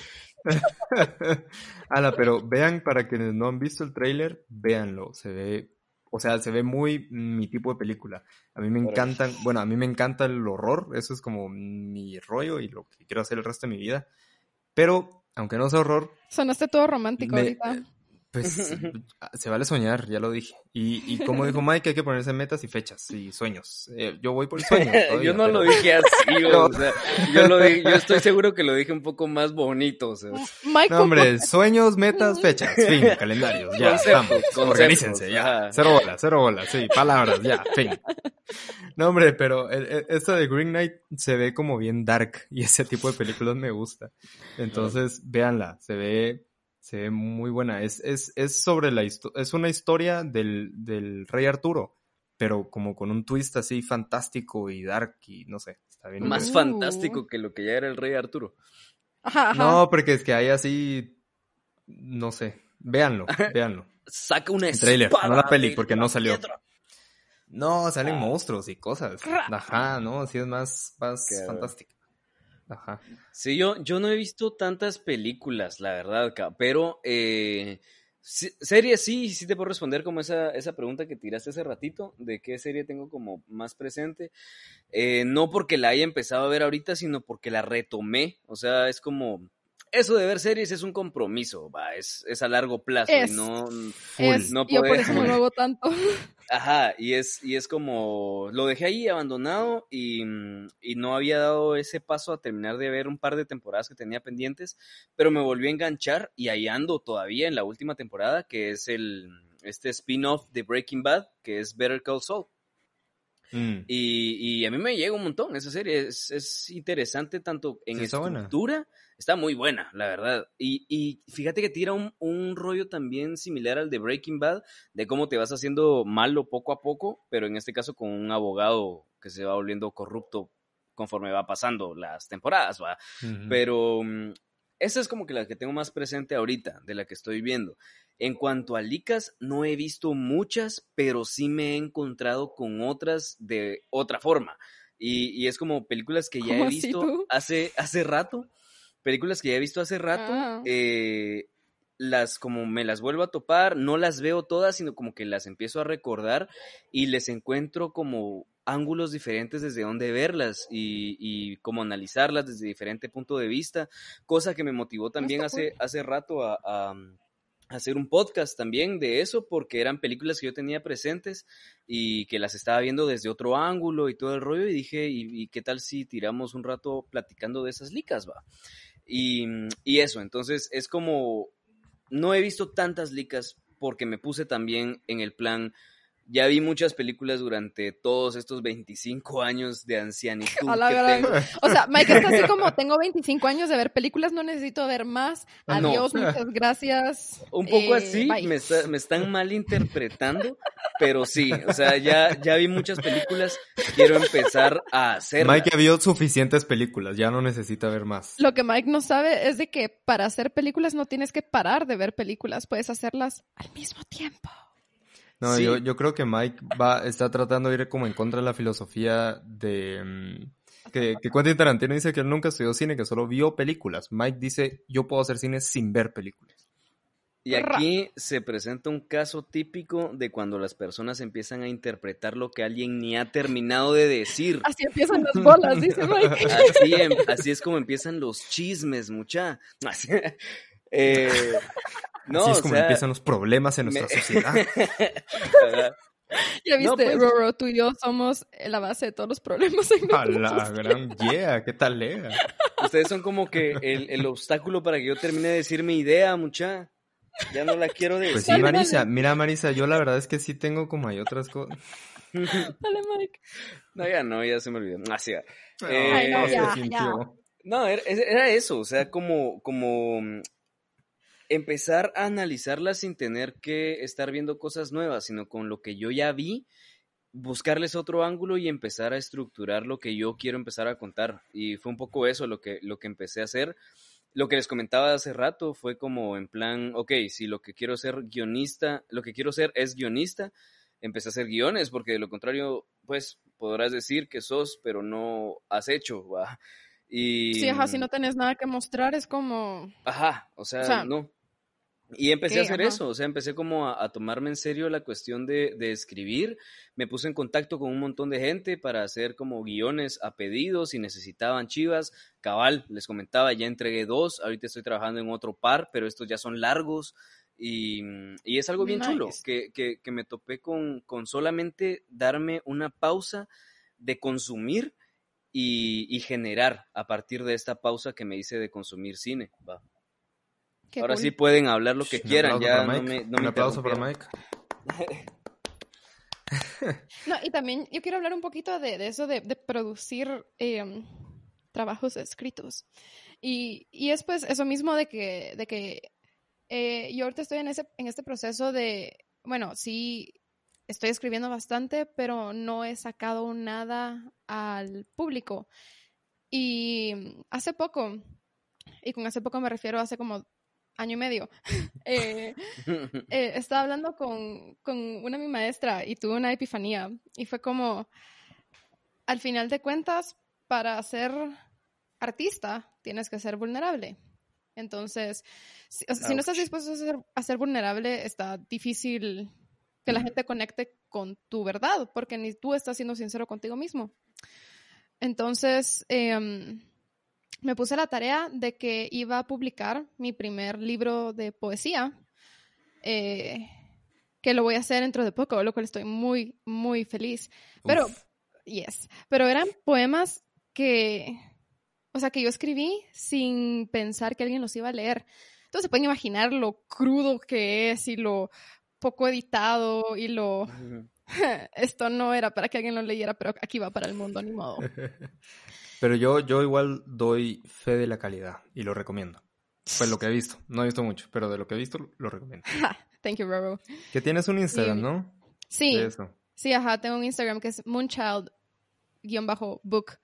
S1: Ala, pero vean, para quienes no han visto el tráiler, véanlo, se ve, o sea, se ve muy mi tipo de película. A mí me
S3: Órale.
S1: encantan, bueno, a mí me encanta el horror, eso es como mi rollo y lo que quiero hacer el resto de mi vida. Pero, aunque no sea horror,
S2: Sonaste todo romántico
S1: Me-
S2: ahorita.
S1: pues se vale soñar, ya lo dije. Y, y como dijo Mike, hay que ponerse metas y fechas y sueños. Eh, yo voy por el sueño. todavía,
S3: Yo no
S1: pero-
S3: lo dije así,
S1: Pero-
S3: o sea, yo, lo di- yo estoy seguro que lo dije un poco más bonito, o sea.
S2: Mike,
S1: No, hombre, sueños, metas, fechas, fin, calendarios, ya,
S3: Conceptos,
S1: estamos,
S3: conceptos,
S1: organícense, ya,
S3: ajá.
S1: cero bolas, cero bolas, sí, palabras, ya, fin. No, hombre, pero el- el- esta de Green Knight se ve como bien dark y ese tipo de películas me gusta. Entonces, véanla, se ve, se ve muy buena. Es, es, es sobre la histo- es una historia del, del rey Arturo, pero como con un twist así fantástico y dark y no sé, está bien.
S3: Más
S1: interesante.
S2: Uh.
S3: fantástico que lo que ya era el rey Arturo.
S2: Ajá, ajá.
S1: No, porque es que hay así, no sé, véanlo, véanlo.
S3: Saca una
S1: El tráiler,
S3: espada
S1: no la peli,
S3: de
S1: porque
S3: la
S1: no salió.
S3: piedra.
S1: No, salen
S3: Ah.
S1: monstruos y cosas. Ajá, no, así es más, más
S3: Qué
S1: fantástico. Ajá.
S3: Sí, yo, yo no he visto tantas películas, la verdad, ca- pero eh, sí- series sí, sí te puedo responder como esa, esa pregunta que tiraste hace ratito, de qué serie tengo como más presente. Eh, no porque la haya empezado a ver ahorita, sino porque la retomé, o sea, es como... Eso de ver series es un compromiso, va, es, es a largo plazo
S2: Es.
S3: y no...
S2: Es-
S3: no
S2: yo por
S3: poder-
S2: eso no lo hago tanto.
S3: Ajá, y es, y es como, lo dejé ahí abandonado y, mm, y no había dado ese paso a terminar de ver un par de temporadas que tenía pendientes, pero me volví a enganchar y ahí ando todavía en la última temporada, que es el este spin-off de Breaking Bad, que es Better Call Saul.
S1: Mm.
S3: Y, y a mí me llega un montón esa serie, es, es interesante tanto en
S1: Sí, está buena.
S3: estructura, está muy buena, la verdad. Y, y fíjate que tira un, un rollo también similar al de Breaking Bad, de cómo te vas haciendo malo poco a poco, pero en este caso con un abogado que se va volviendo corrupto conforme va pasando las temporadas, ¿va?
S1: Ujú.
S3: Pero um, esa es como que la que tengo más presente ahorita, de la que estoy viendo. En cuanto a licas, no he visto muchas, pero sí me he encontrado con otras de otra forma. Y, y es como películas que ya
S2: ¿Cómo
S3: he
S2: así
S3: visto
S2: tú?
S3: hace, hace rato. Películas que ya he visto hace rato.
S2: Ah.
S3: eh, las como me las vuelvo a topar, no las veo todas, sino como que las empiezo a recordar y les encuentro como ángulos diferentes desde donde verlas y, y cómo analizarlas desde diferente punto de vista, cosa que me motivó también hace, hace rato a, a hacer un podcast también de eso, porque eran películas que yo tenía presentes y que las estaba viendo desde otro ángulo y todo el rollo, y dije, ¿y, y qué tal si tiramos un rato platicando de esas licas, va? Y, y eso, entonces es como, no he visto tantas licas porque me puse también en el plan, ya vi muchas películas durante todos estos veinticinco años de ancianitud
S2: A la
S3: que
S2: gran-
S3: tengo.
S2: O sea, Mike está así como, tengo veinticinco años de ver películas, no necesito ver más. Adiós,
S3: No.
S2: muchas gracias.
S3: Un poco
S2: eh,
S3: así,
S2: bye.
S3: me, está, me están malinterpretando, pero sí, o sea, ya, ya vi muchas películas, quiero empezar a hacerlas.
S1: Mike ya vio suficientes películas, ya no necesita ver más.
S2: Lo que Mike no sabe es de que para hacer películas no tienes que parar de ver películas, puedes hacerlas al mismo tiempo.
S1: No,
S3: Sí.
S1: yo, yo creo que Mike va, está tratando de ir como en contra de la filosofía de... um, que, que Quentin Tarantino dice que él nunca estudió cine, que solo vio películas. Mike dice, yo puedo hacer cine sin ver películas.
S3: Y aquí se presenta un caso típico de cuando las personas empiezan a interpretar lo que alguien ni ha terminado de decir.
S2: Así empiezan las bolas, dice Mike.
S3: Así, em, así es como empiezan los chismes, mucha. Así, eh, no,
S1: Así es
S3: o
S1: como
S3: sea,
S1: empiezan los problemas en nuestra
S3: me-
S1: sociedad.
S2: Ya viste,
S3: No, pues.
S2: Roro, tú y yo somos la base de todos los problemas en
S1: A
S2: nuestra
S1: la
S2: sociedad.
S1: gran yeah, ¿qué tal era?
S3: Ustedes son como que el, el obstáculo para que yo termine de decir mi idea, mucha. Ya no la quiero decir.
S1: Pues sí,
S2: Dale,
S1: Marisa,
S2: dale.
S1: mira Marisa, yo la verdad es que sí tengo como hay otras cosas.
S2: Dale, Mike.
S3: No, ya no, ya se me olvidó. Así va.
S2: Ay, no,
S3: Eh,
S2: ya.
S1: se sintió.
S3: No, era, era eso, o sea, como, como mm, empezar a analizarlas sin tener que estar viendo cosas nuevas, sino con lo que yo ya vi, buscarles otro ángulo y empezar a estructurar lo que yo quiero empezar a contar. Y fue un poco eso lo que, lo que empecé a hacer. Lo que les comentaba hace rato fue como en plan, ok, si lo que quiero ser guionista, lo que quiero ser es guionista, empecé a hacer guiones, porque de lo contrario, pues, podrás decir que sos, pero no has hecho, ¿va? Y,
S2: Sí, ajá, si no tenés nada que mostrar, es como...
S3: ajá, o sea,
S2: O sea,
S3: no. Y empecé
S2: ¿qué?
S3: a hacer
S2: Ajá.
S3: eso, o sea, empecé como a, a tomarme en serio la cuestión de, de escribir, me puse en contacto con un montón de gente para hacer como guiones a pedido, si necesitaban chivas, cabal, les comentaba, ya entregué dos, ahorita estoy trabajando en otro par, pero estos ya son largos, y, y es algo bien chulo,
S2: Nice.
S3: que, que, que me topé con, con solamente darme una pausa de consumir y, y generar a partir de esta pausa que me hice de consumir cine, va.
S2: Qué
S3: Ahora
S2: cool.
S3: sí pueden hablar lo que
S1: Un
S3: quieran,
S1: aplauso
S3: ya
S1: para
S3: no
S1: Mike.
S3: me, no
S1: Un
S3: me
S1: aplauso para
S3: interrumpieron.
S1: Mike.
S2: No, y también yo quiero hablar un poquito de, de eso de, de producir eh, trabajos escritos. Y, y es pues eso mismo de que, de que eh, yo ahorita estoy en, ese, en este proceso de, bueno, sí estoy escribiendo bastante, pero no he sacado nada al público. Y hace poco, y con hace poco me refiero a hace como año y medio, eh, eh, estaba hablando con, con una de mi maestra y tuve una epifanía. Y fue como, al final de cuentas, para ser artista, tienes que ser vulnerable. Entonces, si, o sea, si no estás
S3: Ouch.
S2: dispuesto a ser, a ser vulnerable, está difícil que la gente conecte con tu verdad, porque ni tú estás siendo sincero contigo mismo. Entonces, eh, me puse la tarea de que iba a publicar mi primer libro de poesía, eh, que lo voy a hacer dentro de poco, lo cual estoy muy, muy feliz. Pero,
S1: Uf.
S2: yes, pero eran poemas que, o sea, que yo escribí sin pensar que alguien los iba a leer. Entonces se pueden imaginar lo crudo que es y lo poco editado y lo... Esto no era para que alguien lo leyera, pero aquí va para el mundo, ni modo.
S1: Pero yo, yo igual doy fe de la calidad y lo recomiendo. Pues lo que he visto. No he visto mucho, pero de lo que he visto lo recomiendo.
S2: Thank you, Roro.
S1: Que tienes un Instagram,
S2: Y-
S1: ¿no?
S2: Sí,
S1: De eso.
S2: sí, ajá, tengo un Instagram que es moonchild-book.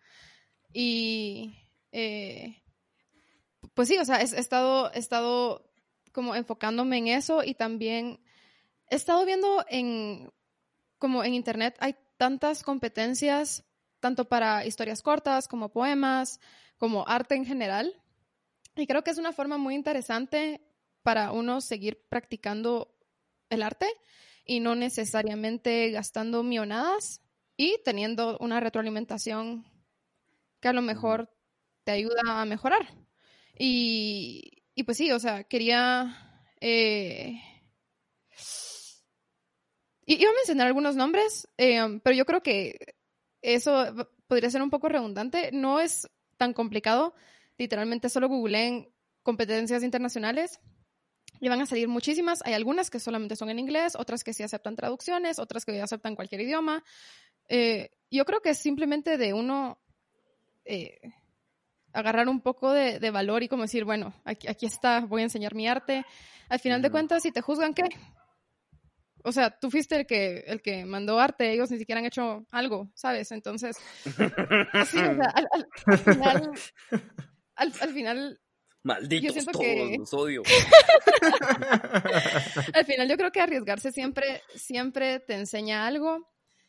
S2: Y eh, pues sí, o sea, he, he estado, he estado como enfocándome en eso y también he estado viendo en, como en internet hay tantas competencias, tanto para historias cortas como poemas, como arte en general. Y creo que es una forma muy interesante para uno seguir practicando el arte y no necesariamente gastando millonadas y teniendo una retroalimentación que a lo mejor te ayuda a mejorar. Y, y pues sí, o sea, quería... Eh, iba a mencionar algunos nombres, eh, pero yo creo que eso podría ser un poco redundante. No es tan complicado. Literalmente solo googleen competencias internacionales y van a salir muchísimas. Hay algunas que solamente son en inglés, otras que sí aceptan traducciones, otras que aceptan cualquier idioma. Eh, yo creo que es simplemente de uno eh, agarrar un poco de, de valor y como decir, bueno, aquí, aquí está, voy a enseñar mi arte. Al final uh-huh. de cuentas, si te juzgan, ¿qué? O sea, tú fuiste el que, el que mandó arte, ellos ni siquiera han hecho algo, ¿sabes? Entonces, sí, o sea, al, al, al final, al, al final...
S3: Malditos yo siento todos, que... los odio.
S2: Al final yo creo que arriesgarse siempre, siempre te enseña algo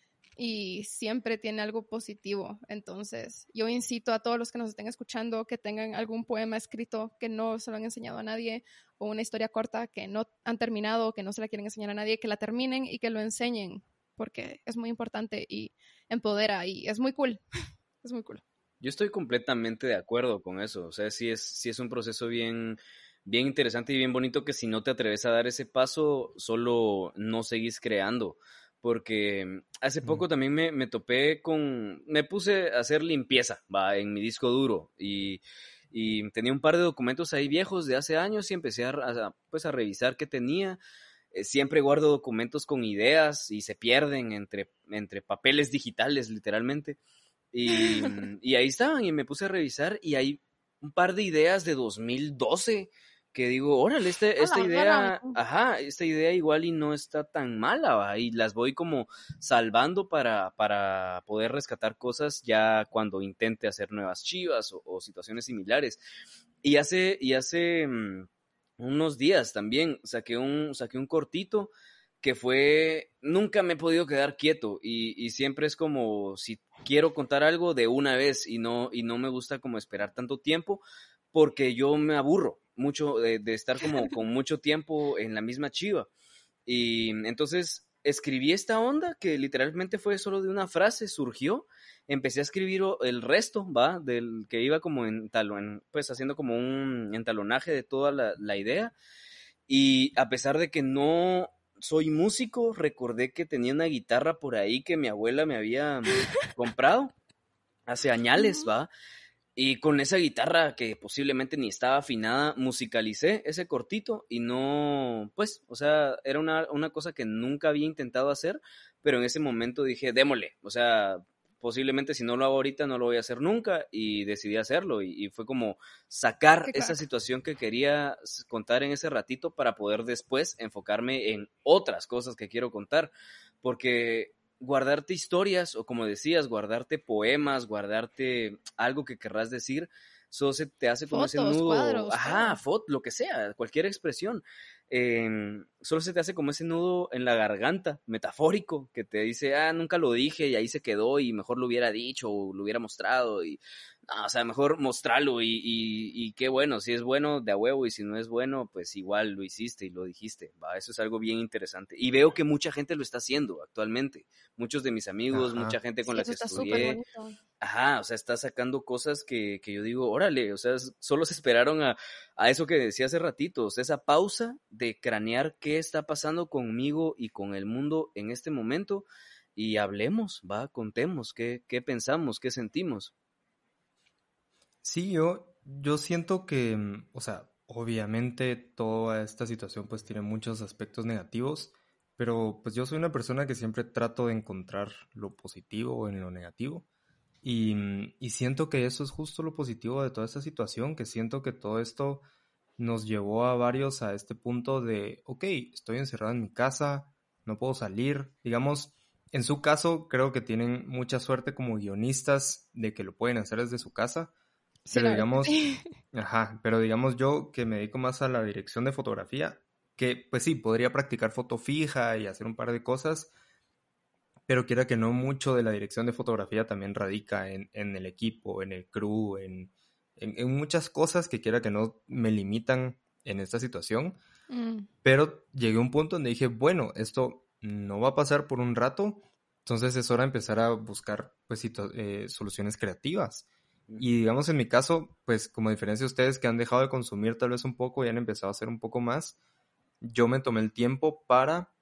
S2: y siempre tiene algo positivo. Entonces, yo incito a todos los que nos estén escuchando que tengan algún poema escrito que no se lo han enseñado a nadie o una historia corta que no han terminado, que no se la quieren enseñar a nadie, que la terminen y que lo enseñen, porque es muy importante y empodera y es muy cool. Es muy cool.
S3: Yo estoy completamente de acuerdo con eso. O sea, sí es, sí es un proceso bien, bien interesante y bien bonito que si no te atreves a dar ese paso, solo no seguís creando. Porque hace poco también me, me topé con... Me puse a hacer limpieza, va, en mi disco duro. Y, y tenía un par de documentos ahí viejos de hace años y empecé a, a, pues a revisar qué tenía. Eh, siempre guardo documentos con ideas y se pierden entre, entre papeles digitales, literalmente. Y, y ahí estaban y me puse a revisar y hay un par de ideas de dos mil doce que digo, órale, este, esta idea, ajá, esta idea igual y no está tan mala, ¿va? Y las voy como salvando para, para poder rescatar cosas ya cuando intente hacer nuevas chivas o, o situaciones similares. Y hace, y hace um, unos días también saqué un, saqué un cortito que fue, nunca me he podido quedar quieto y, y siempre es como si quiero contar algo de una vez y no, y no me gusta como esperar tanto tiempo porque yo me aburro mucho de, de estar como con mucho tiempo en la misma chiva. Y entonces escribí esta onda que literalmente fue solo de una frase, surgió, empecé a escribir el resto, ¿va? Del que iba como en talón, pues haciendo como un entalonaje de toda la, la idea. Y a pesar de que no soy músico, recordé que tenía una guitarra por ahí que mi abuela me había comprado hace añales, ¿va? Y con esa guitarra que posiblemente ni estaba afinada, musicalicé ese cortito y no, pues, o sea, era una, una cosa que nunca había intentado hacer, pero en ese momento dije, démosle, o sea, posiblemente si no lo hago ahorita no lo voy a hacer nunca y decidí hacerlo y, y fue como sacar esa situación que quería contar en ese ratito para poder después enfocarme en otras cosas que quiero contar, porque guardarte historias o como decías, guardarte poemas, guardarte algo que querrás decir, solo se te hace como
S2: fotos,
S3: ese nudo,
S2: cuadros,
S3: ajá, foto, lo que sea, cualquier expresión, eh, solo se te hace como ese nudo en la garganta, metafórico, que te dice, ah, nunca lo dije y ahí se quedó y mejor lo hubiera dicho o lo hubiera mostrado y, no, o sea, mejor mostrarlo y, y, y qué bueno, si es bueno de a huevo y si no es bueno, pues igual lo hiciste y lo dijiste, va, eso es algo bien interesante y veo que mucha gente lo está haciendo actualmente, muchos de mis amigos, ajá, mucha gente con sí, la que estudié, ajá, o sea, está sacando cosas que, que yo digo, órale, o sea, solo se esperaron a, a eso que decía hace ratito, o sea, esa pausa de cranear qué está pasando conmigo y con el mundo en este momento y hablemos, va, contemos qué, qué pensamos, qué sentimos.
S1: Sí, yo, yo siento que, o sea, obviamente toda esta situación pues tiene muchos aspectos negativos, pero pues yo soy una persona que siempre trato de encontrar lo positivo en lo negativo y, y siento que eso es justo lo positivo de toda esta situación, que siento que todo esto nos llevó a varios a este punto de, ok, estoy encerrado en mi casa, no puedo salir, digamos, en su caso creo que tienen mucha suerte como guionistas de que lo pueden hacer desde su casa.
S2: Sí,
S1: pero digamos, ajá, pero digamos yo que me dedico más a la dirección de fotografía, que pues sí, podría practicar foto fija y hacer un par de cosas, pero quiera que no, mucho de la dirección de fotografía también radica en, en el equipo, en el crew, en, en, en muchas cosas que quiera que no me limitan en esta situación, mm. pero llegué a un punto donde dije, bueno, esto no va a pasar por un rato, Entonces es hora de empezar a buscar pues, situ- eh, soluciones creativas. Y digamos en mi caso, pues como a diferencia de ustedes que han dejado de consumir tal vez un poco y han empezado a hacer un poco más, yo me tomé el tiempo para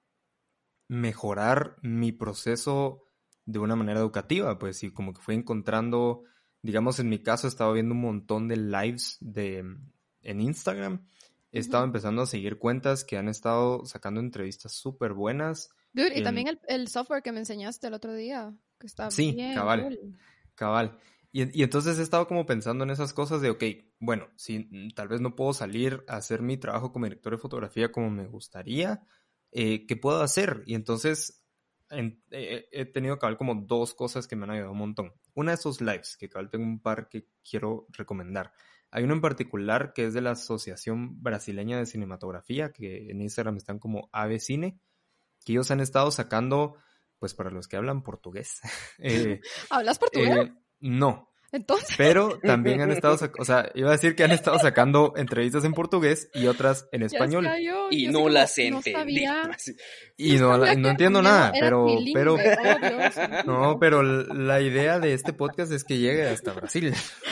S1: mejorar mi proceso de una manera educativa, pues y como que fui encontrando, digamos en mi caso estaba viendo un montón de lives de, en Instagram, he estado
S2: Ujú.
S1: empezando a seguir cuentas que han estado sacando entrevistas súper buenas.
S2: Dude, y
S1: em,
S2: también el, el software que me enseñaste el otro día, que está
S1: sí,
S2: bien
S1: cabal.
S2: cool.
S1: Cabal. Y, y entonces he estado como pensando en esas cosas de, ok, bueno, si mm, tal vez no puedo salir a hacer mi trabajo como director de fotografía como me gustaría, eh, ¿qué puedo hacer? Y entonces en- eh, he tenido cabal como dos cosas que me han ayudado un montón. Una de esos lives, que cabal tengo un par que quiero recomendar. Hay uno en particular que es de la Asociación Brasileña de Cinematografía, que en Instagram están como Ave Cine, que ellos han estado sacando, pues para los que hablan portugués, eh,
S2: ¿Hablas portugués?
S1: eh, no,
S2: Entonces,
S1: pero también han estado, sac- o sea, iba a decir que han estado sacando entrevistas en portugués y otras en
S2: ya
S1: español.
S2: decía yo,
S3: Y
S2: yo así
S3: no
S2: como,
S3: las
S2: no
S3: entendí.
S2: sabía,
S3: Así.
S1: Y
S2: no
S1: no, la-
S2: sabía
S1: no
S2: que
S1: entiendo
S2: Memo
S1: nada,
S2: era
S1: pero, pero,
S2: trilingüe. Oh, Dios
S1: no,
S2: santo.
S1: pero la idea de este podcast es que llegue hasta Brasil.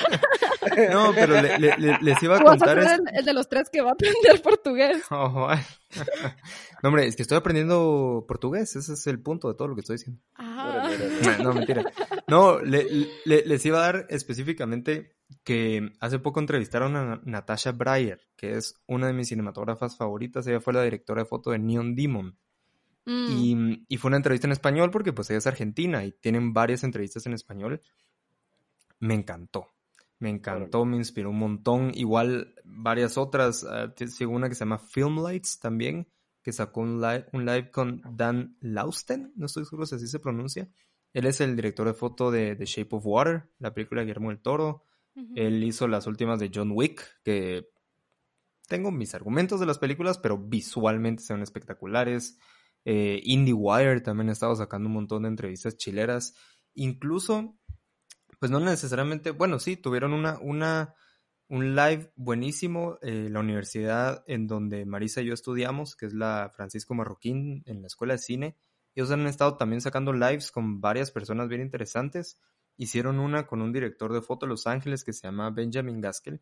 S1: No, pero le- le- le- les iba a
S2: Tú vas a
S1: contar
S2: ser
S1: es...
S2: el, el de los tres que va a aprender portugués.
S1: Oh, ay. No, hombre, es que estoy aprendiendo portugués, ese es el punto de todo lo que estoy diciendo.
S2: Ah.
S3: Órale, órale.
S1: No, mentira. No, le- le- les iba a dar específicamente que hace poco entrevistaron a Natasha Breyer, que es una de mis cinematógrafas favoritas. Ella fue la directora de foto de Neon Demon.
S2: Mm.
S1: Y, y fue una entrevista en español porque pues ella es argentina y tienen varias entrevistas en español. Me encantó. Me encantó,
S3: Órale.
S1: me inspiró un montón. Igual varias otras. Uh, sigo una que se llama Filmlights también, que sacó un live, un live con Dan Lausten, no estoy seguro si así se pronuncia. Él es el director de foto de The Shape of Water, la película de Guillermo del Toro.
S2: Ujú.
S1: Él hizo las últimas de John Wick, que tengo mis argumentos de las películas, pero visualmente son espectaculares. Eh, IndieWire también ha estado sacando un montón de entrevistas chileras. Incluso, pues no necesariamente, bueno, sí, tuvieron una, una, un live buenísimo. Eh, la universidad en donde Marisa y yo estudiamos, que es la Francisco Marroquín, en la Escuela de Cine, ellos han estado también sacando lives con varias personas bien interesantes. Hicieron una con un director de foto de Los Ángeles que se llama Benjamin Gaskell.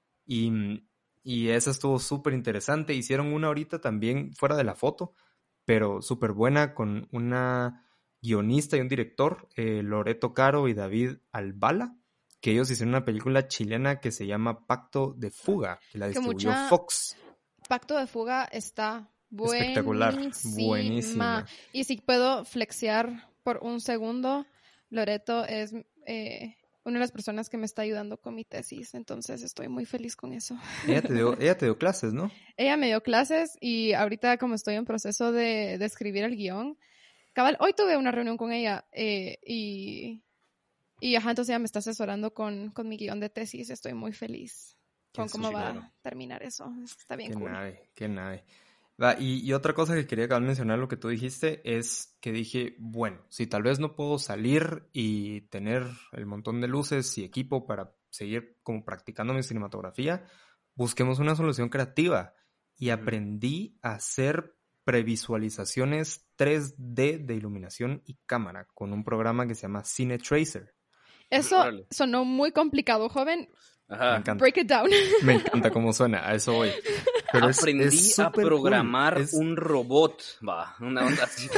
S1: Y, y esa estuvo súper interesante. Hicieron una ahorita también fuera de la foto, pero súper buena con una guionista y un director, eh, Loreto Caro y David Albala, que ellos hicieron una película chilena que se llama Pacto de Fuga, que la
S2: Que
S1: distribuyó
S2: mucha
S1: Fox.
S2: Pacto de Fuga está
S1: Espectacular,
S2: buenísima.
S1: buenísima.
S2: Y si puedo flexear por un segundo, Loreto es eh, una de las personas que me está ayudando con mi tesis, entonces estoy muy feliz con eso.
S1: Ella te dio, ella te dio clases, ¿no?
S2: Ella me dio clases y ahorita como estoy en proceso de, de escribir el guión, cabal, hoy tuve una reunión con ella eh, y, y ajá, entonces ella me está asesorando con, con mi guión de tesis, estoy muy feliz
S1: Qué
S2: con cómo va
S1: súper.
S2: a terminar eso, está bien
S1: Qué
S2: cool.
S1: nave, qué nave. Va, y, y otra cosa que quería acabar de mencionar, lo que tú dijiste, es que dije, bueno, si tal vez no puedo salir y tener el montón de luces y equipo para seguir como practicando mi cinematografía, busquemos una solución creativa. Y
S3: Ujú.
S1: aprendí a hacer previsualizaciones tres D de iluminación y cámara con un programa que se llama Cine Tracer.
S2: Eso
S3: Órale.
S2: sonó muy complicado, joven.
S1: Me
S3: Ajá.
S1: encanta.
S2: Break it down.
S1: Me encanta cómo suena, a eso voy. Pero es-
S3: Aprendí
S1: es
S3: a
S1: súper
S3: programar
S1: cool. Es-
S3: un robot. Va, una onda así.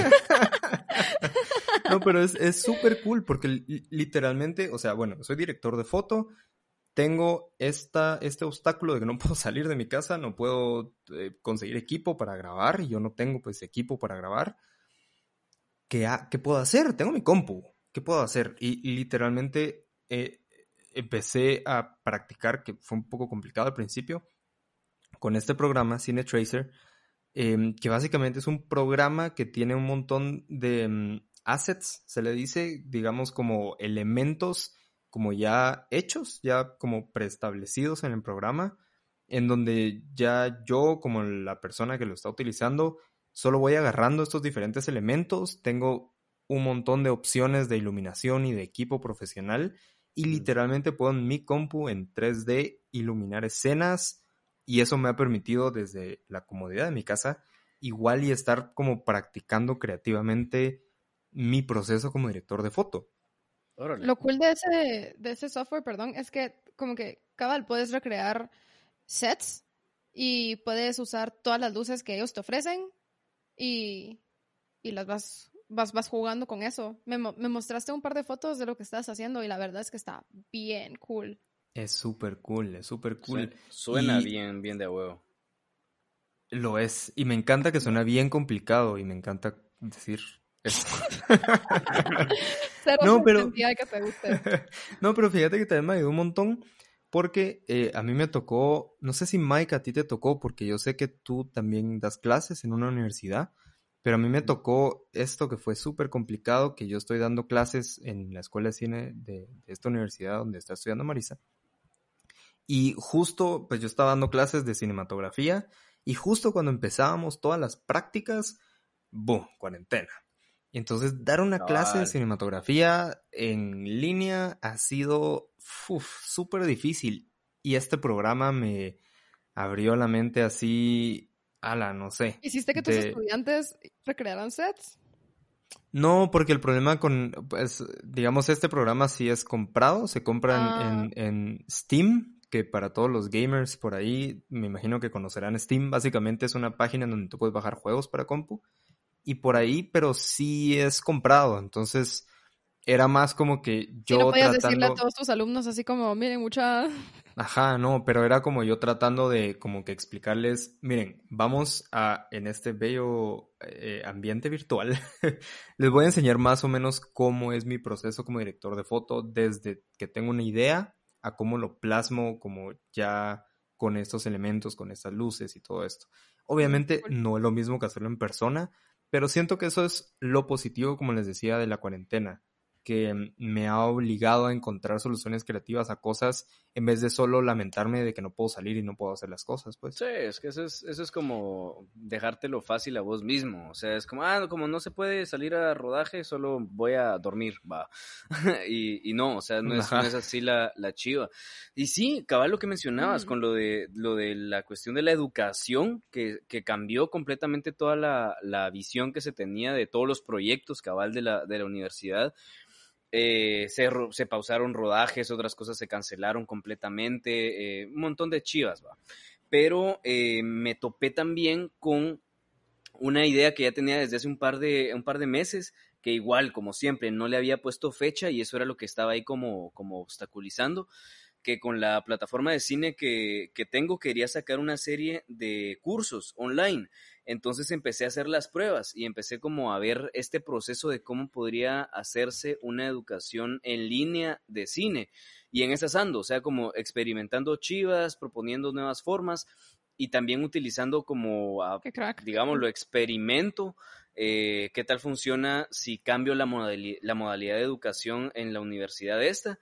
S1: No, pero es es súper cool porque li- literalmente, o sea, bueno, soy director de foto, tengo esta, este obstáculo de que no puedo salir de mi casa, no puedo eh, conseguir equipo para grabar, y yo no tengo pues equipo para grabar. ¿Qué, ha- qué puedo hacer? Tengo mi compu, ¿qué puedo hacer? Y, y literalmente eh, empecé a practicar, que fue un poco complicado al principio, con este programa, Cine Tracer, eh, que básicamente es un programa que tiene un montón de um, assets, se le dice, digamos como elementos como ya hechos, ya como preestablecidos en el programa, en donde ya yo como la persona que lo está utilizando, solo voy agarrando estos diferentes elementos, tengo un montón de opciones de iluminación y de equipo profesional, y literalmente puedo en mi compu en tres D iluminar escenas, y eso me ha permitido desde la comodidad de mi casa igual y estar como practicando creativamente mi proceso como director de foto.
S3: Órale.
S2: Lo cool de ese, de ese software, perdón, es que como que cabal puedes recrear sets y puedes usar todas las luces que ellos te ofrecen y, y las vas, vas, vas jugando con eso. Me, mo- me mostraste un par de fotos de lo que estás haciendo y la verdad es que está bien cool.
S1: Es súper cool, es súper cool.
S3: Sue- Suena
S1: Y
S3: bien, bien de a huevo.
S1: lo es. Y me encanta que suena bien complicado y me encanta decir esto.
S2: Cero
S1: No,
S2: se
S1: pero...
S2: sentía que te guste.
S1: No, pero fíjate que también me ayudó un montón porque eh, a mí me tocó, no sé si Mike a ti te tocó, porque yo sé que tú también das clases en una universidad, pero a mí me tocó esto que fue súper complicado, que yo estoy dando clases en la escuela de cine de, de esta universidad donde está estudiando Marisa. Y justo, pues yo estaba dando clases de cinematografía y justo cuando empezábamos todas las prácticas, ¡boom!, cuarentena. Y entonces dar una clase de
S3: Cabal.
S1: cinematografía en línea ha sido uf, súper difícil. Y este programa me abrió la mente así, ala, no sé.
S2: ¿Hiciste que tus
S1: De...
S2: estudiantes recrearan sets?
S1: No, porque el problema con, pues, digamos, este programa sí es comprado, se compra en,
S2: Ah,
S1: en, en Steam, que para todos los gamers por ahí, me imagino que conocerán Steam. Básicamente es una página en donde tú puedes bajar juegos para compu. Y por ahí, pero sí es comprado. Entonces, era más como que
S2: sí, no
S1: yo
S2: podías decirle a
S1: tratando,
S2: todos tus alumnos así como, miren, mucha...
S1: ajá, no, pero era como yo tratando de como que explicarles, miren, vamos a, en este bello eh, ambiente virtual, les voy a enseñar más o menos cómo es mi proceso como director de foto, desde que tengo una idea a cómo lo plasmo, como ya con estos elementos, con estas luces y todo esto.
S2: Mm,
S1: Obviamente
S2: cool.
S1: no es lo mismo que hacerlo en persona, pero siento que eso es lo positivo, como les decía, de la cuarentena, que me ha obligado a encontrar soluciones creativas a cosas en vez de solo lamentarme de que no puedo salir y no puedo hacer las cosas, pues.
S3: Sí, es que eso es, eso es como dejártelo fácil a vos mismo. O sea, es como, ah, como no se puede salir a rodaje, solo voy a dormir, va. y, y no, o sea, no es, no
S1: Ajá.
S3: es así la, la chiva. Y sí, cabal lo que mencionabas
S2: Mm.
S3: con lo de, lo de la cuestión de la educación, que, que cambió completamente toda la, la visión que se tenía de todos los proyectos cabal de la, de la universidad. Eh, se, ro- se pausaron rodajes, otras cosas se cancelaron completamente, eh, un montón de chivas, va. Pero eh, me topé también con una idea que ya tenía desde hace un par de, un par de meses, que igual, como siempre, no le había puesto fecha y eso era lo que estaba ahí como, como obstaculizando, que con la plataforma de cine que, que tengo quería sacar una serie de cursos online. Entonces empecé a hacer las pruebas y empecé como a ver este proceso de cómo podría hacerse una educación en línea de cine. Y en esas ando, o sea, como experimentando chivas, proponiendo nuevas formas y también utilizando como, a,
S2: Qué crack, qué
S3: digamos,
S2: cool.
S3: lo experimento, eh, qué tal funciona si cambio la, modali la modalidad de educación en la universidad esta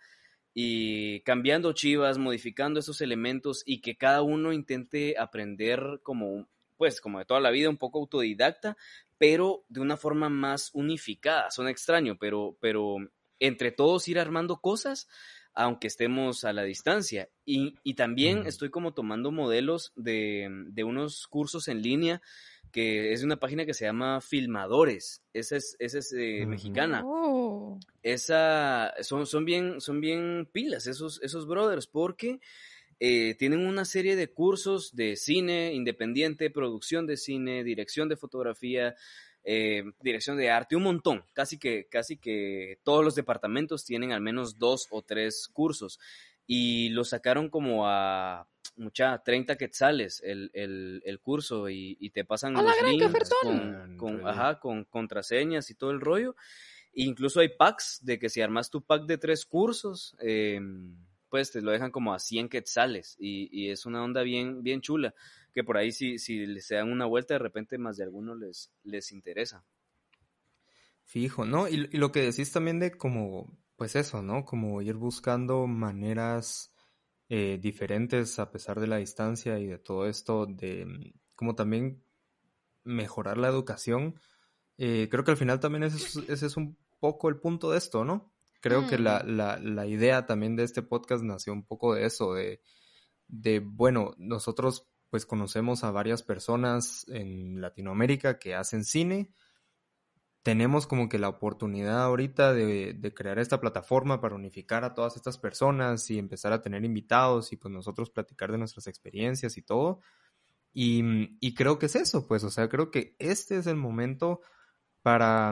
S3: y cambiando chivas, modificando esos elementos y que cada uno intente aprender como, pues, como de toda la vida, un poco autodidacta, pero de una forma más unificada. Suena extraño, pero, pero entre todos ir armando cosas, aunque estemos a la distancia. Y, y también
S1: Mm.
S3: estoy como tomando modelos de, de unos cursos en línea que es de una página que se llama Filmadores. Esa es, esa es eh,
S1: Ujú.
S3: mexicana.
S2: Oh.
S3: Esa, son, son, bien, son bien pilas esos, esos brothers porque eh, tienen una serie de cursos de cine independiente, producción de cine, dirección de fotografía, eh, dirección de arte, un montón. Casi que, casi que todos los departamentos tienen al menos dos o tres cursos y lo sacaron como a mucha treinta quetzales el, el, el curso y, y te
S2: ¡A
S3: pasan
S2: la
S3: los
S2: gran, qué
S3: links con,
S1: Bastante,
S3: con,
S1: really.
S3: ajá, con contraseñas y todo el rollo. Incluso hay packs de que si armas tu pack de tres cursos, eh, pues te lo dejan como a cien quetzales y, y es una onda bien, bien chula, que por ahí si, si se dan una vuelta de repente más de alguno les, les interesa.
S1: Fijo, ¿no? Y, y lo que decís también de como, pues eso, ¿no? Como ir buscando maneras eh, diferentes a pesar de la distancia y de todo esto, de mm, como también mejorar la educación. Eh, creo que al final también ese es, ese es un poco el punto de esto, ¿no? Creo que la,
S2: Mm.
S1: la, la idea también de este podcast nació un poco de eso, de, de, bueno, nosotros pues conocemos a varias personas en Latinoamérica que hacen cine, tenemos como que la oportunidad ahorita de, de crear esta plataforma para unificar a todas estas personas y empezar a tener invitados y pues nosotros platicar de nuestras experiencias y todo. Y, y creo que es eso, pues, o sea, creo que este es el momento para,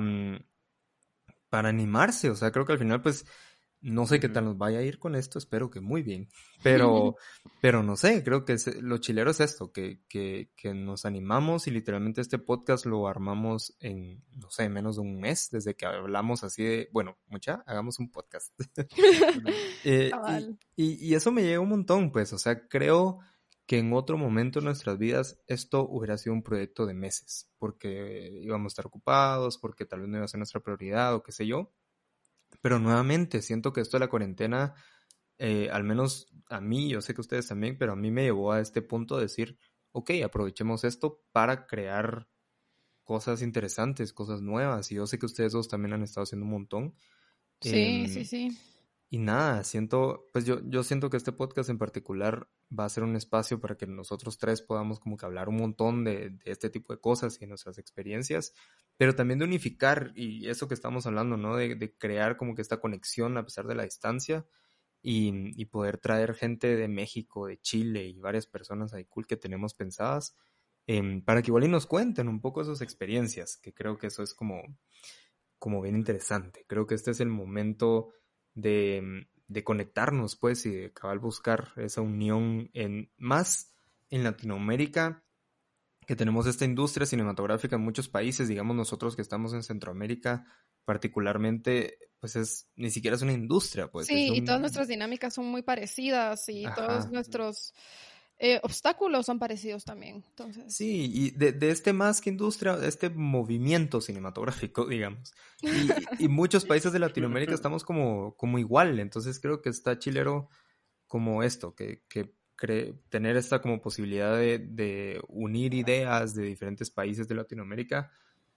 S1: para animarse, o sea, creo que al final, pues, no sé qué tal nos vaya a ir con esto, espero que muy bien, pero, pero no sé, creo que es, lo chilero es esto, que, que, que nos animamos y literalmente este podcast lo armamos en, no sé, menos de un mes, desde que hablamos así de, bueno, mucha, hagamos un podcast. eh, y, y, y eso me llega un montón, pues, o sea, creo que en otro momento de nuestras vidas esto hubiera sido un proyecto de meses, porque íbamos a estar ocupados, porque tal vez no iba a ser nuestra prioridad o qué sé yo. Pero nuevamente, siento que esto de la cuarentena, eh, al menos a mí, yo sé que ustedes también, pero a mí me llevó a este punto de decir, ok, aprovechemos esto para crear cosas interesantes, cosas nuevas. Y yo sé que ustedes dos también han estado haciendo un montón.
S2: Sí,
S1: eh,
S2: sí, sí.
S1: Y nada, siento, pues yo, yo siento que este podcast en particular va a ser un espacio para que nosotros tres podamos como que hablar un montón de, de este tipo de cosas y de nuestras experiencias, pero también de unificar y eso que estamos hablando, ¿no? De, de crear como que esta conexión a pesar de la distancia y, y poder traer gente de México, de Chile y varias personas ahí cool que tenemos pensadas eh, para que igual y nos cuenten un poco sus experiencias, que creo que eso es como, como bien interesante. Creo que este es el momento de, de conectarnos, pues, y de cabal buscar esa unión en más en Latinoamérica, que tenemos esta industria cinematográfica en muchos países, digamos nosotros que estamos en Centroamérica particularmente, pues es, ni siquiera es una industria, pues.
S2: Sí,
S1: es un...
S2: y todas nuestras dinámicas son muy parecidas y
S1: Ajá.
S2: todos nuestros eh, obstáculos son parecidos también, entonces.
S1: Sí, y de, de este más que industria, de este movimiento cinematográfico, digamos. Y, y muchos países de Latinoamérica estamos como, como igual, entonces creo que está chilero como esto, que, que cree, tener esta como posibilidad de, de unir ideas de diferentes países de Latinoamérica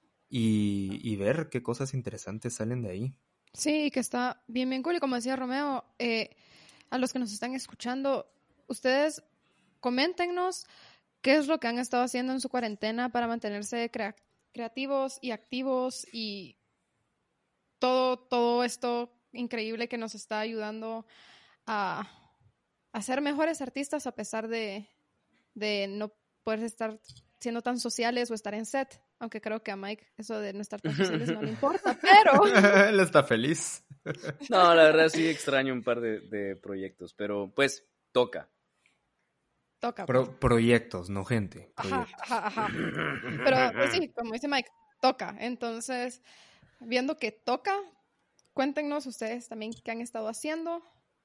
S1: y, y ver qué cosas interesantes salen de ahí.
S2: Sí, que está bien, bien cool. Y como decía Romeo, eh, a los que nos están escuchando, ustedes coméntenos qué es lo que han estado haciendo en su cuarentena para mantenerse crea- creativos y activos y todo, todo esto increíble que nos está ayudando a, a ser mejores artistas a pesar de, de no poder estar siendo tan sociales o estar en set. Aunque creo que a Mike eso de no estar tan sociales no le importa, pero...
S1: Él está feliz.
S3: No, la verdad sí extraño un par de, de proyectos, pero pues toca.
S2: Toca.
S1: Pro-
S2: Pues.
S1: proyectos, no gente.
S2: Ajá,
S1: Proyectos.
S2: ajá, ajá. Pero pues sí, como dice Mike, toca. Entonces, viendo que toca, cuéntenos ustedes también qué han estado haciendo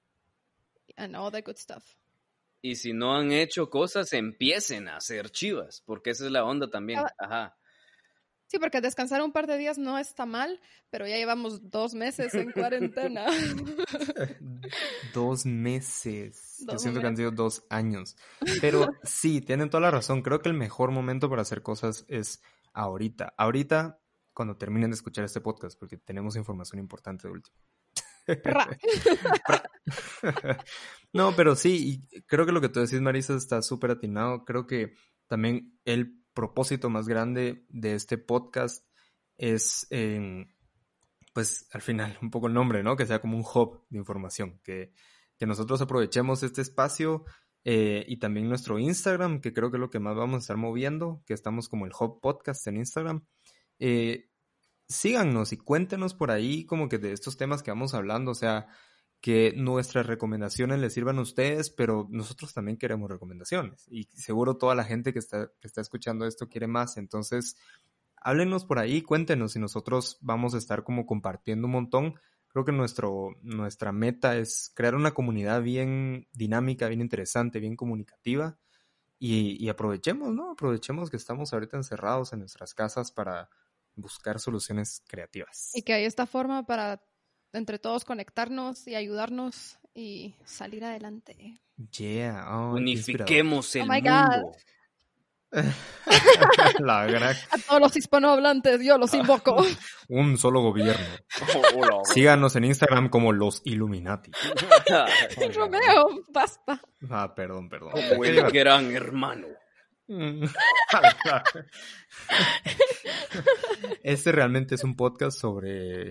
S2: and all the good stuff.
S3: Y si no han hecho cosas, empiecen a hacer chivas, porque esa es la onda también. Ajá.
S2: Sí, porque descansar un par de días no está mal, pero ya llevamos dos meses en cuarentena.
S1: Dos meses.
S2: Dos
S1: Yo siento
S2: meses.
S1: que han sido dos años. Pero sí, tienen toda la razón. Creo que el mejor momento para hacer cosas es ahorita. Ahorita, cuando terminen de escuchar este podcast, porque tenemos información importante de último. No, pero sí, y creo que lo que tú decís, Marisa, está súper atinado. Creo que también el propósito más grande de este podcast es, eh, pues, al final, un poco el nombre, ¿no? Que sea como un hub de información, que, que nosotros aprovechemos este espacio eh, y también nuestro Instagram, que creo que es lo que más vamos a estar moviendo, que estamos como el Hub Podcast en Instagram. Eh, síganos y cuéntenos por ahí como que de estos temas que vamos hablando, o sea, que nuestras recomendaciones les sirvan a ustedes, pero nosotros también queremos recomendaciones y seguro toda la gente que está, que está escuchando esto quiere más, entonces háblenos por ahí, cuéntenos y nosotros vamos a estar como compartiendo un montón. Creo que nuestro, nuestra meta es crear una comunidad bien dinámica, bien interesante, bien comunicativa y, y aprovechemos, ¿no? Aprovechemos que estamos ahorita encerrados en nuestras casas para buscar soluciones creativas.
S2: Y que hay esta forma para entre todos conectarnos y ayudarnos y salir adelante.
S1: Yeah, oh,
S3: unifiquemos el
S2: oh my
S3: mundo.
S2: God.
S1: La gran...
S2: A todos los hispanohablantes, yo los invoco.
S1: Un solo gobierno.
S3: Oh, hola,
S1: síganos en Instagram como los Illuminati.
S2: Romeo, basta.
S1: Ah, perdón, perdón.
S3: Como el gran hermano.
S1: Este realmente es un podcast sobre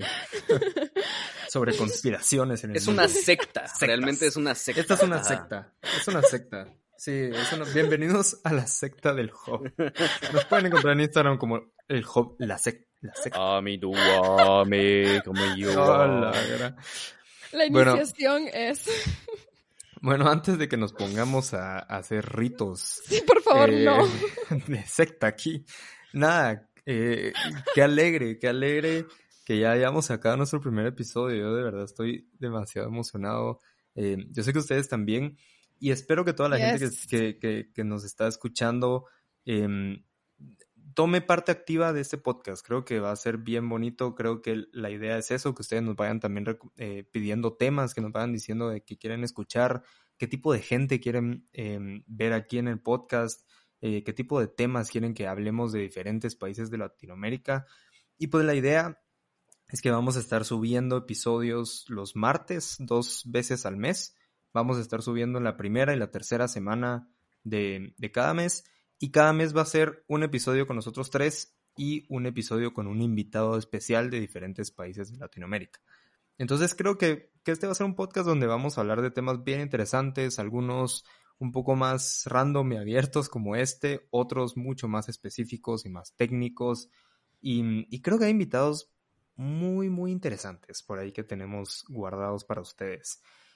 S1: sobre conspiraciones en el
S3: Es
S1: mundo.
S3: una secta,
S1: Sectas.
S3: Realmente es una secta.
S1: Esta es una
S3: Ajá.
S1: secta, es una secta. Sí, es una... bienvenidos a la secta del Job. Nos pueden encontrar en Instagram como el Job, la, sec... la secta.
S3: Ami tu ami, como yo.
S1: Hola, gra-
S2: La
S1: Bueno.
S2: iniciación es...
S1: Bueno, antes de que nos pongamos a, a hacer ritos
S2: Sí, por favor,
S1: eh,
S2: no.
S1: de secta aquí, nada, eh, qué alegre, qué alegre que ya hayamos sacado nuestro primer episodio. Yo de verdad estoy demasiado emocionado. Eh, yo sé que ustedes también, y espero que toda la gente
S2: Yes.
S1: que, que, que, que nos está escuchando eh, tome parte activa de este podcast. Creo que va a ser bien bonito. Creo que la idea es eso, que ustedes nos vayan también eh, pidiendo temas, que nos vayan diciendo de qué quieren escuchar, qué tipo de gente quieren eh, ver aquí en el podcast, eh, qué tipo de temas quieren que hablemos de diferentes países de Latinoamérica. Y pues la idea es que vamos a estar subiendo episodios los martes, dos veces al mes. Vamos a estar subiendo en la primera y la tercera semana de, de cada mes. Y cada mes va a ser un episodio con nosotros tres y un episodio con un invitado especial de diferentes países de Latinoamérica. Entonces creo que, que este va a ser un podcast donde vamos a hablar de temas bien interesantes, algunos un poco más random y abiertos como este, otros mucho más específicos y más técnicos. Y, y creo que hay invitados muy, muy interesantes por ahí que tenemos guardados para ustedes.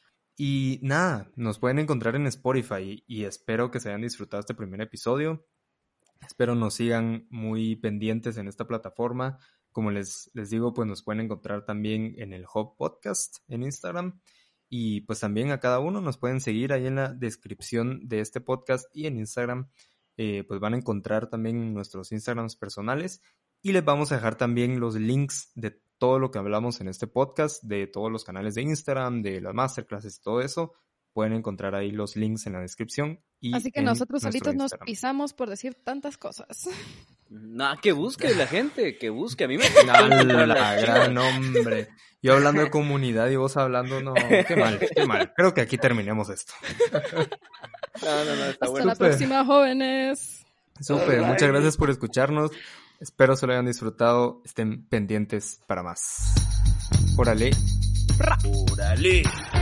S1: Y nada, nos pueden encontrar en Spotify y espero que se hayan disfrutado este primer episodio. Espero nos sigan muy pendientes en esta plataforma. Como les, les digo, pues nos pueden encontrar también en el Hub Podcast en Instagram. Y pues también a cada uno nos pueden seguir ahí en la descripción de este podcast y en Instagram. Eh, pues van a encontrar también nuestros Instagrams personales. Y les vamos a dejar también los links de todo lo que hablamos en este podcast, de todos los canales de Instagram, de las masterclasses y todo eso. Pueden encontrar ahí los links en la descripción. Y
S2: Así que
S1: en
S2: nosotros
S1: nuestro
S2: solitos nos
S1: Instagram.
S2: pisamos por decir tantas cosas.
S3: Nah, que busque la gente, que busque. A mí me
S1: La gran hombre. Yo hablando de comunidad y vos hablando, no, qué mal, qué mal. Creo que aquí terminemos esto.
S3: No, no, no, está
S2: Hasta
S3: bueno.
S2: la
S1: Súper.
S2: próxima, jóvenes.
S1: Súper, muchas gracias por escucharnos. Espero se lo hayan disfrutado. Estén pendientes para más. Órale.
S3: Órale.